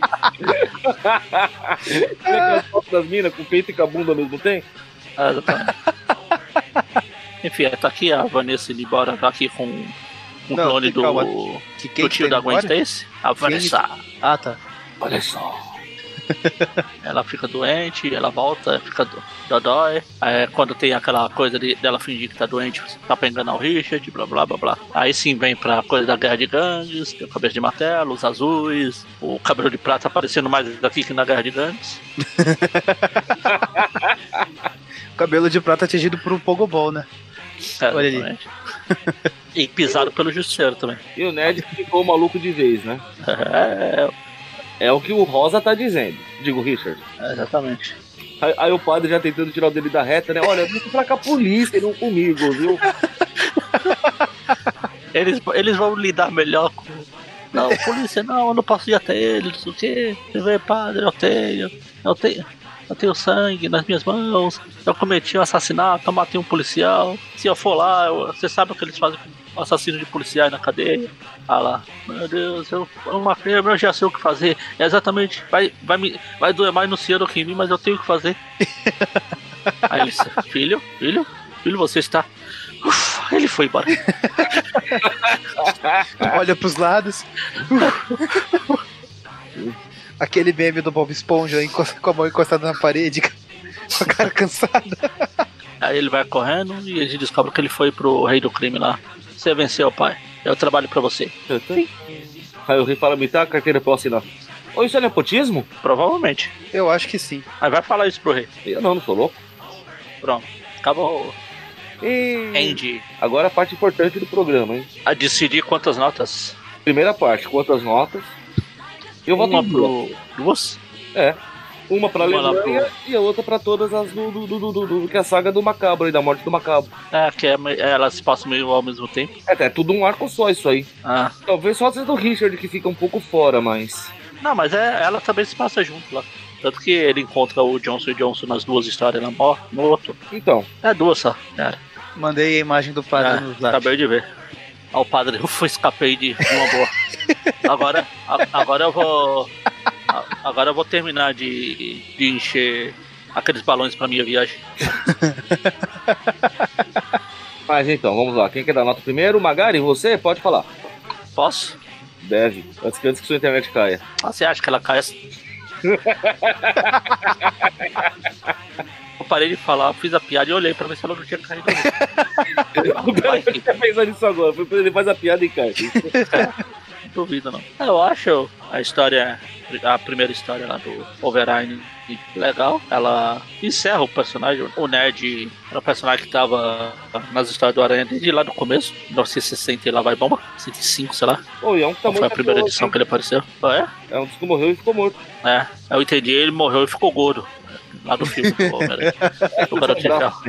As fotos das minas com o peito e com a bunda ao mesmo tempo? Exatamente. Enfim, tá aqui a Vanessa indo embora, tá aqui com um clone do tio da Gwen Stacy. A Vanessa. Ah, tá. Vanessa. Ela fica doente, ela volta, fica dodói. Aí quando tem aquela coisa dela fingir que tá doente, tá pra enganar o Richard, blá blá blá blá. Aí sim vem pra coisa da Guerra de Gangues, tem o Cabeça de Martelo, os azuis, o Cabelo de Prata aparecendo mais aqui que na Guerra de Gangues. O Cabelo de Prata atingido por um Pogobol, né? Olha ali. E pisado pelo Justiceiro também. E o Ned ficou maluco de vez, né? É o que o Rosa tá dizendo. Digo, Richard. Exatamente. Aí o padre já tentando tirar o dele da reta, né? Olha, deixa pra cá a polícia e não comigo, viu? Eles vão lidar melhor com... Não, polícia não, eu não posso ir até eles, não sei o quê. Você vê, padre, eu tenho sangue nas minhas mãos, eu cometi um assassinato, eu matei um policial. Se eu for lá, você sabe o que eles fazem com assassinos de policiais na cadeia? Ah lá, meu Deus, eu matei, eu já sei o que fazer. É exatamente, vai doer mais no Cian do que em mim, mas eu tenho o que fazer. Aí ele disse, filho, você está... Ufa, ele foi embora. Olha pros lados. Aquele meme do Bob Esponja com a mão encostada na parede, com a cara cansada. Aí ele vai correndo e a gente descobre que ele foi pro rei do crime lá. Você venceu, pai. Eu trabalho pra você. Aí o rei fala, me dá a carteira pra eu assinar. Ou isso é nepotismo? Provavelmente. Eu acho que sim. Aí vai falar isso pro rei. Eu não sou louco. Pronto. Acabou. Andy. Agora a parte importante do programa, hein? A decidir quantas notas. Primeira parte, quantas notas. Eu voto em duas? É. Uma pra Alemanha e a outra pra todas as que é a saga do Macabro e da morte do Macabro. Que elas se passam meio ao mesmo tempo. É tudo um arco só isso aí. Talvez só as do Richard que fica um pouco fora, mas... Não, mas ela também se passa junto lá. Tanto que ele encontra o Johnson Johnson nas duas histórias, no outro. Então. É duas só, cara. Mandei a imagem do padre no zap. Acabei de ver. O padre, eu escapei de uma boa. Agora eu vou. Agora eu vou terminar de encher aqueles balões pra minha viagem. Mas então, vamos lá. Quem quer dar nota primeiro? Magari, você? Pode falar. Posso? Deve. Antes que sua internet caia. Você acha que ela cai assim? Eu parei de falar, fiz a piada e olhei pra ver se ela não tinha caído. Eu tinha pensado nisso agora. Ele faz a piada e cai. Não duvido, não. Eu acho a primeira história lá do Wolverine legal. Ela encerra o personagem. O Ned era o personagem que tava nas histórias do Aranha desde lá do começo. 1960 e lá vai bomba. 105, sei lá. E é um que tá foi a primeira edição que ele apareceu. É um dos que morreu e ficou morto. Eu entendi, ele morreu e ficou gordo. Lá do filme do Homem-Aranha. O garoto de ferro.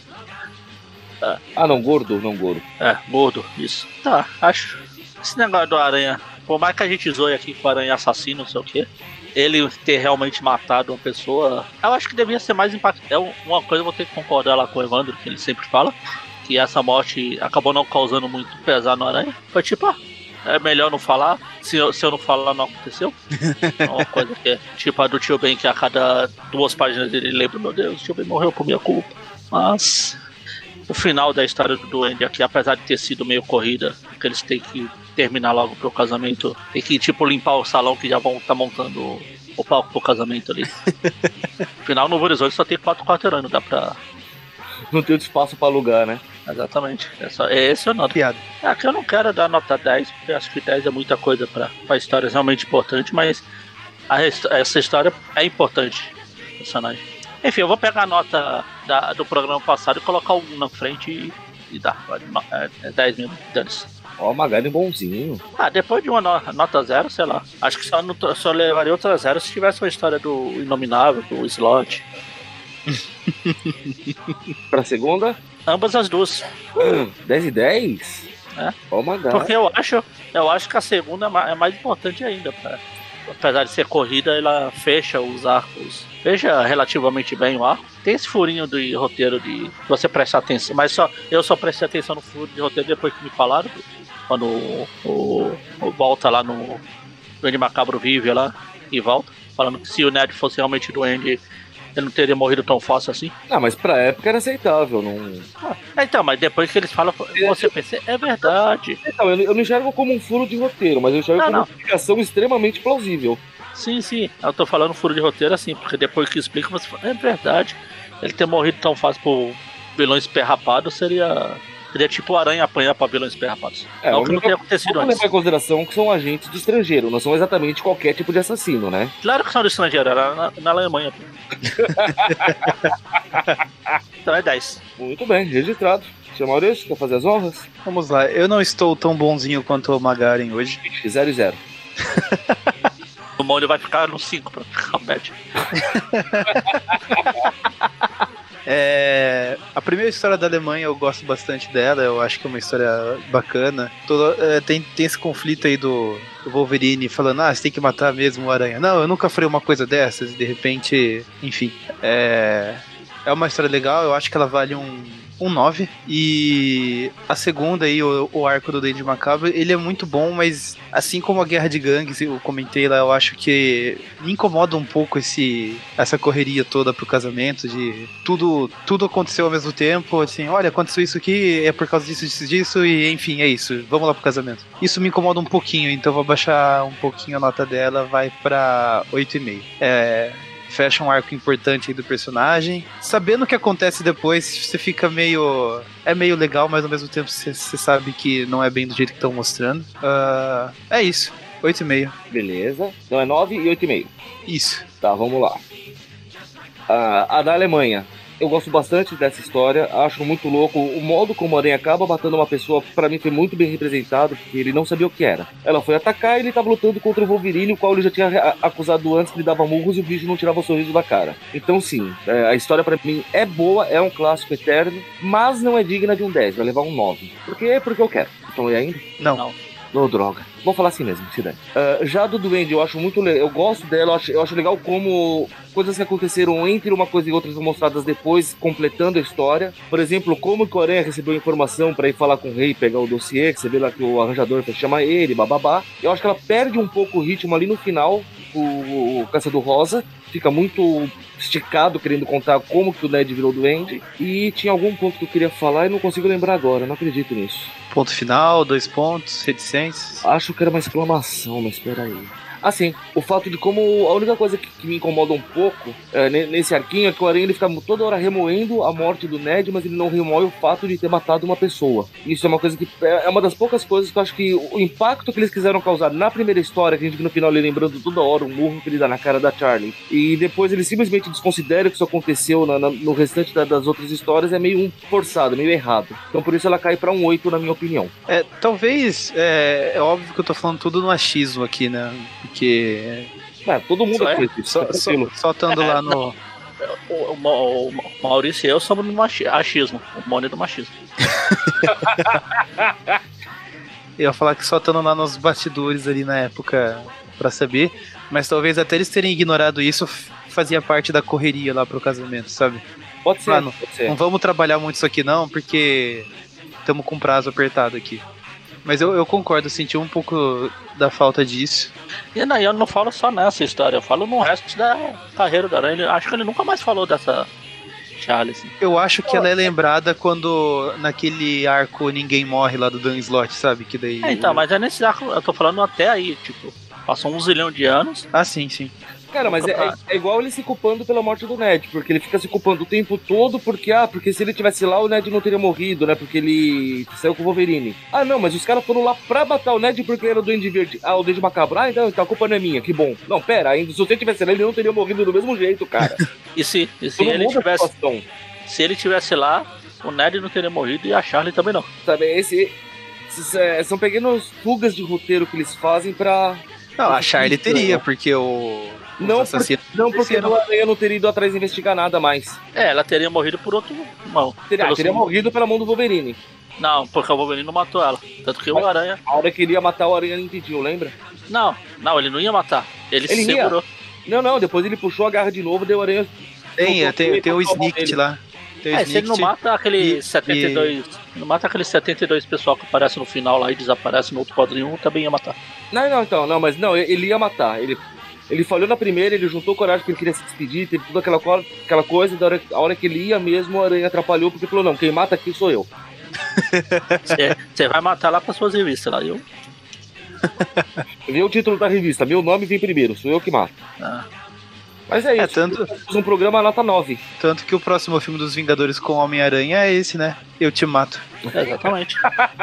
Não, gordo. Gordo, isso. Tá, acho. Esse negócio do Aranha, por mais que a gente zoe aqui com o Aranha assassino, não sei o que, ele ter realmente matado uma pessoa, eu acho que devia ser mais impactante. Uma coisa eu vou ter que concordar lá com o Evandro, que ele sempre fala, que essa morte acabou não causando muito pesar no Aranha. Foi tipo, é melhor não falar, se eu não falar não aconteceu. É uma coisa que é tipo a do Tio Ben, que a cada 2 páginas ele lembra, meu Deus, o Tio Ben morreu por minha culpa. Mas o final da história do Duende aqui, apesar de ter sido meio corrida, porque eles têm que terminar logo pro casamento, tem que tipo limpar o salão que já vão estar montando o palco pro casamento ali. Afinal, no Horizonte só tem 4 quarteirões, não dá pra... Não tem espaço pra alugar, né? Exatamente. Esse é o nota. Piada. Aqui eu não quero dar nota 10, porque eu acho que 10 é muita coisa pra histórias realmente importantes, mas essa história é importante, personagem. Enfim, eu vou pegar a nota do programa passado e colocar um na frente e dar. 10 mil danos. Magari bonzinho. Depois de uma nota 0, sei lá. Acho que só levaria outra 0 se tivesse uma história do Inominável, do Slot. Pra segunda? Ambas as duas. 10 e 10? Magari. Porque eu acho que a segunda é mais importante ainda, apesar de ser corrida, ela fecha os arcos. Fecha relativamente bem o arco. Tem esse furinho de roteiro de você prestar atenção, mas eu só prestei atenção no furo de roteiro depois que me falaram. Quando o volta lá no Duende Macabro vive lá e volta, falando que se o Ned fosse realmente duende, ele não teria morrido tão fácil assim. Mas pra época era aceitável, não... Então, mas depois que eles falam, você pensa, é verdade. Então, eu não enxergo como um furo de roteiro, mas eu enxergo como uma explicação extremamente plausível. Sim, eu tô falando furo de roteiro assim, porque depois que explica, você fala, é verdade. Ele ter morrido tão fácil por vilões perrapados seria tipo o Aranha apanhar pra vilões perrapados. O que não teria acontecido antes. Vamos levar em consideração que são agentes de estrangeiro, não são exatamente qualquer tipo de assassino, né? Claro que são de estrangeiro, era na Alemanha. Então é 10. Muito bem, registrado. Seu Maurício, quer fazer as honras? Vamos lá, eu não estou tão bonzinho quanto o Magaren hoje. 0 e 0. O molho vai ficar no 5 pra ficar médio. A primeira história da Alemanha eu gosto bastante dela, eu acho que é uma história bacana. Tem esse conflito aí do Wolverine falando, você tem que matar mesmo o Aranha. Não, eu nunca farei uma coisa dessas, e de repente, enfim. É uma história legal, eu acho que ela vale um 9. E a segunda aí, o arco do Duende Macabro, ele é muito bom, mas assim como a Guerra de Gangues, eu comentei lá, eu acho que me incomoda um pouco essa correria toda pro casamento, de tudo aconteceu ao mesmo tempo, assim, olha, aconteceu isso aqui, é por causa disso, e enfim, é isso, vamos lá pro casamento. Isso me incomoda um pouquinho, então eu vou baixar um pouquinho a nota dela, vai pra 8,5. Fecha um arco importante aí do personagem. Sabendo o que acontece depois, você fica meio... É meio legal, mas ao mesmo tempo você sabe que não é bem do jeito que estão mostrando. É isso. 8,5. Beleza. Então é 9 e 8,5. Isso. Tá, vamos lá. A da Alemanha. Eu gosto bastante dessa história, acho muito louco o modo como o Aranha acaba matando uma pessoa. Pra mim foi muito bem representado, porque ele não sabia o que era. Ela foi atacar e ele tava lutando contra o Wolverine, o qual ele já tinha acusado antes, que ele dava murros e o bicho não tirava o sorriso da cara. Então sim, a história pra mim é boa, é um clássico eterno, mas não é digna de um 10, vai levar um 9. Por quê? Porque eu quero. Então é ainda? Não. Oh, droga. Vamos falar assim mesmo, se der. Já do Duende, eu acho muito legal. Eu gosto dela, eu acho legal como coisas que aconteceram entre uma coisa e outra são mostradas depois, completando a história. Por exemplo, como que o Aranha recebeu informação pra ir falar com o rei, pegar o dossiê, que você vê lá que o arranjador chama ele, bababá. Eu acho que ela perde um pouco o ritmo ali no final, o Caçador Rosa. Fica muito esticado, querendo contar como que o Ned virou Duende. E tinha algum ponto que eu queria falar e não consigo lembrar agora, não acredito nisso. Ponto final, 2 pontos, reticências. Acho que era uma exclamação, mas espera aí. Assim, o fato de como a única coisa que me incomoda um pouco nesse arquinho é que o Aranha ele fica toda hora remoendo a morte do Ned, mas ele não remoe o fato de ter matado uma pessoa. Isso é uma coisa que é uma das poucas coisas que eu acho que o impacto que eles quiseram causar na primeira história, que a gente no final ele lembrando toda hora o murro que ele dá na cara da Charlie, e depois ele simplesmente desconsidera que isso aconteceu no restante das outras histórias, é meio forçado, meio errado. Então por isso ela cai pra um 8 na minha opinião. Talvez, é óbvio que eu tô falando tudo no achismo aqui, né? Porque... todo mundo fez isso. Só estando lá no... O Maurício e eu somos no achismo. O Mônio do machismo. Eu ia falar que só estando lá nos bastidores ali na época pra saber, mas talvez até eles terem ignorado isso fazia parte da correria lá pro casamento, sabe? Pode ser, Mano, pode ser. Não vamos trabalhar muito isso aqui não, porque estamos com prazo apertado aqui. Mas eu concordo, senti um pouco da falta disso. E eu não falo só nessa história, eu falo no resto da carreira do Aranha. Acho que ele nunca mais falou dessa Charlie. Assim. Eu acho que ela é lembrada quando naquele arco Ninguém Morre lá do Dan Slott, sabe? Que daí... Então, mas é nesse arco, eu tô falando até aí, tipo, passou 1 zilhão de anos. Ah, sim, sim. Cara, mas é igual ele se culpando pela morte do Ned, porque ele fica se culpando o tempo todo porque se ele tivesse lá, o Ned não teria morrido, né? Porque ele saiu com o Wolverine. Ah, não, mas os caras foram lá pra matar o Ned porque ele era o Duende Verde. Ah, o Duende Macabro. Ah, então a culpa não é minha, que bom. Não, pera, ainda se você tivesse lá, ele não teria morrido do mesmo jeito, cara. E se ele tivesse... Se ele tivesse lá, o Ned não teria morrido e a Charlie também não. Sabe, são pequenas fugas de roteiro que eles fazem pra... Não, a Charlie teria, porque o... Não, porque o Aranha não teria ido atrás investigar nada mais. Ela teria morrido por outro mão. Teria morrido pela mão do Wolverine. Não, porque o Wolverine não matou ela. Tanto que o Aranha... A hora que ele ia matar o Aranha, ele impediu, lembra? Não, ele não ia matar. Ele se segurou. Não, depois ele puxou a garra de novo, deu o Aranha... Tem o Snicket lá. Se ele não mata aquele 72... Não mata aqueles 72 pessoal que aparece no final lá e desaparece no outro quadrinho, também ia matar. Mas ele ia matar. Ele falhou na primeira, ele juntou coragem porque ele queria se despedir, teve toda aquela coisa, a hora que ele ia mesmo, o Aranha atrapalhou, porque falou, não, quem mata aqui sou eu. Você vai matar lá para suas revistas lá, eu? Vê o título da revista, meu nome vem primeiro, sou eu que mato. Mas é isso, um programa nota 9. Tanto que o próximo filme dos Vingadores com Homem-Aranha é esse, né? Eu te mato. Exatamente.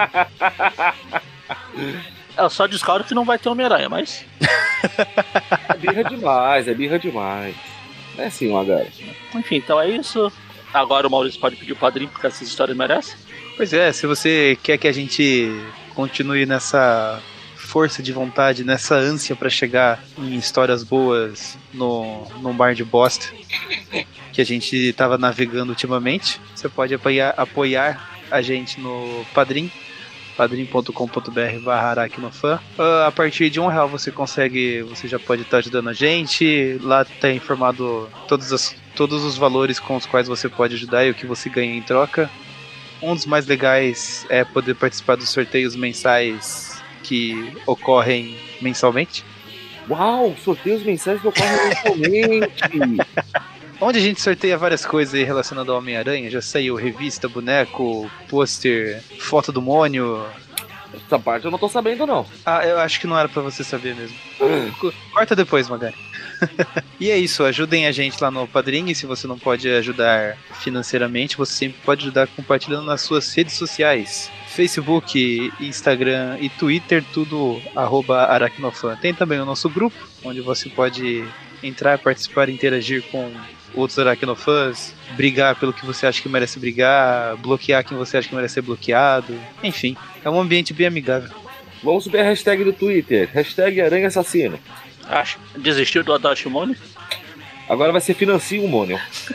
Eu só descobro que não vai ter Homem-Aranha, mas... É birra demais. É assim, agora. Enfim, então é isso. Agora o Maurício pode pedir o padrinho, porque essas histórias merecem. Pois é, se você quer que a gente continue nessa força de vontade, nessa ânsia pra chegar em histórias boas no mar de bosta que a gente tava navegando ultimamente, você pode apoiar a gente no Padrim, padrim.com.br/aracnofan. A partir de R$1 você já pode estar ajudando a gente. Lá tá informado todos os valores com os quais você pode ajudar e o que você ganha em troca. Um dos mais legais é poder participar dos sorteios mensais que ocorrem mensalmente. Uau, sorteios mensais que ocorrem mensalmente! Onde a gente sorteia várias coisas aí relacionadas ao Homem-Aranha. Já saiu revista, boneco, pôster, foto do Mônio. Essa parte eu não tô sabendo, não. Ah, eu acho que não era pra você saber mesmo. Corta depois, Magari. E é isso, ajudem a gente lá no Padrim. E se você não pode ajudar financeiramente, você sempre pode ajudar compartilhando nas suas redes sociais. Facebook, Instagram e Twitter, tudo @aracnofan. Tem também o nosso grupo, onde você pode entrar, participar, interagir com outros aracnofãs, brigar pelo que você acha que merece brigar, bloquear quem você acha que merece ser bloqueado. Enfim, é um ambiente bem amigável. Vamos subir a hashtag do Twitter, hashtag Aranha Assassino. Desistiu do Adachi Mônio? Agora vai ser Financie o Mônio.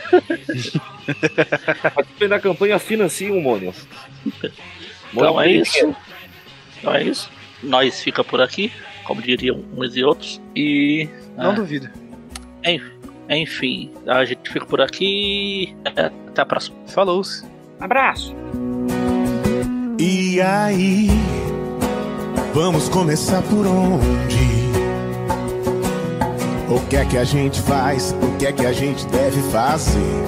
Participem da campanha Financie o Mônio. Então é isso. nós fica por aqui, como diriam uns e outros. E. Não duvido. Enfim, a gente fica por aqui. Até a próxima. Falou. Abraço. E aí, vamos começar por onde? O que é que a gente faz? O que é que a gente deve fazer?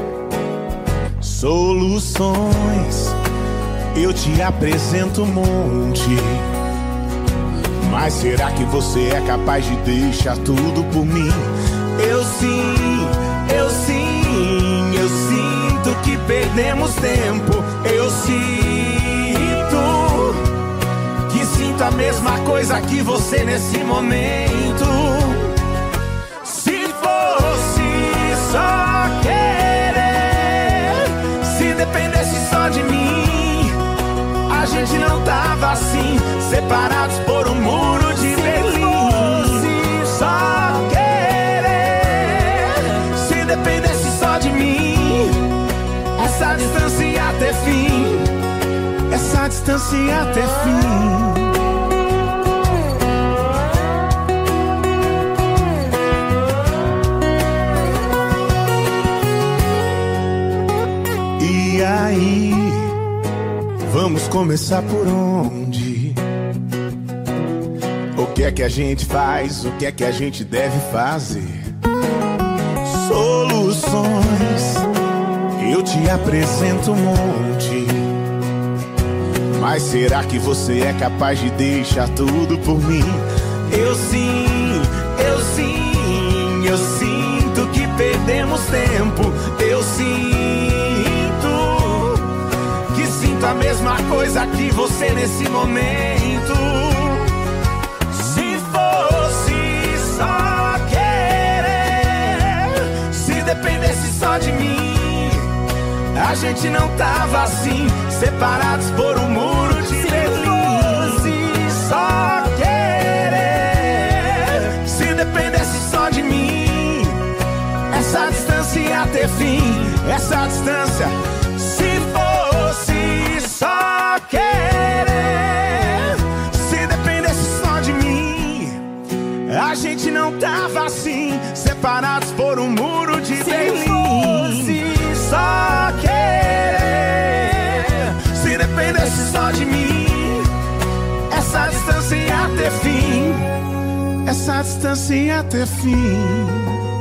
Soluções, eu te apresento um monte. Mas será que você é capaz de deixar tudo por mim? Eu sinto que perdemos tempo. Eu sinto a mesma coisa que você nesse momento. Se fosse só querer, se dependesse só de mim, a gente não tava assim, separados por um muro de Berlim. Só querer, se dependesse só de mim, essa distância ia ter fim. Essa distância ia ter fim. E aí, vamos começar por onde? O que é que a gente faz? O que é que a gente deve fazer? Soluções, eu te apresento um monte. Mas será que você é capaz de deixar tudo por mim? Eu sinto que perdemos tempo. Eu sinto a mesma coisa que você nesse momento. Se fosse só querer, se dependesse só de mim, a gente não tava assim, separados por um muro de Berlim. Se só querer, se dependesse só de mim, essa distância ia ter fim. Essa distância, se fosse só querer, se dependesse só de mim, a gente não tava assim, separados por um muro de Berlim. Se só querer, se dependesse só de mim, essa distância ia ter fim. Essa distância ia ter fim.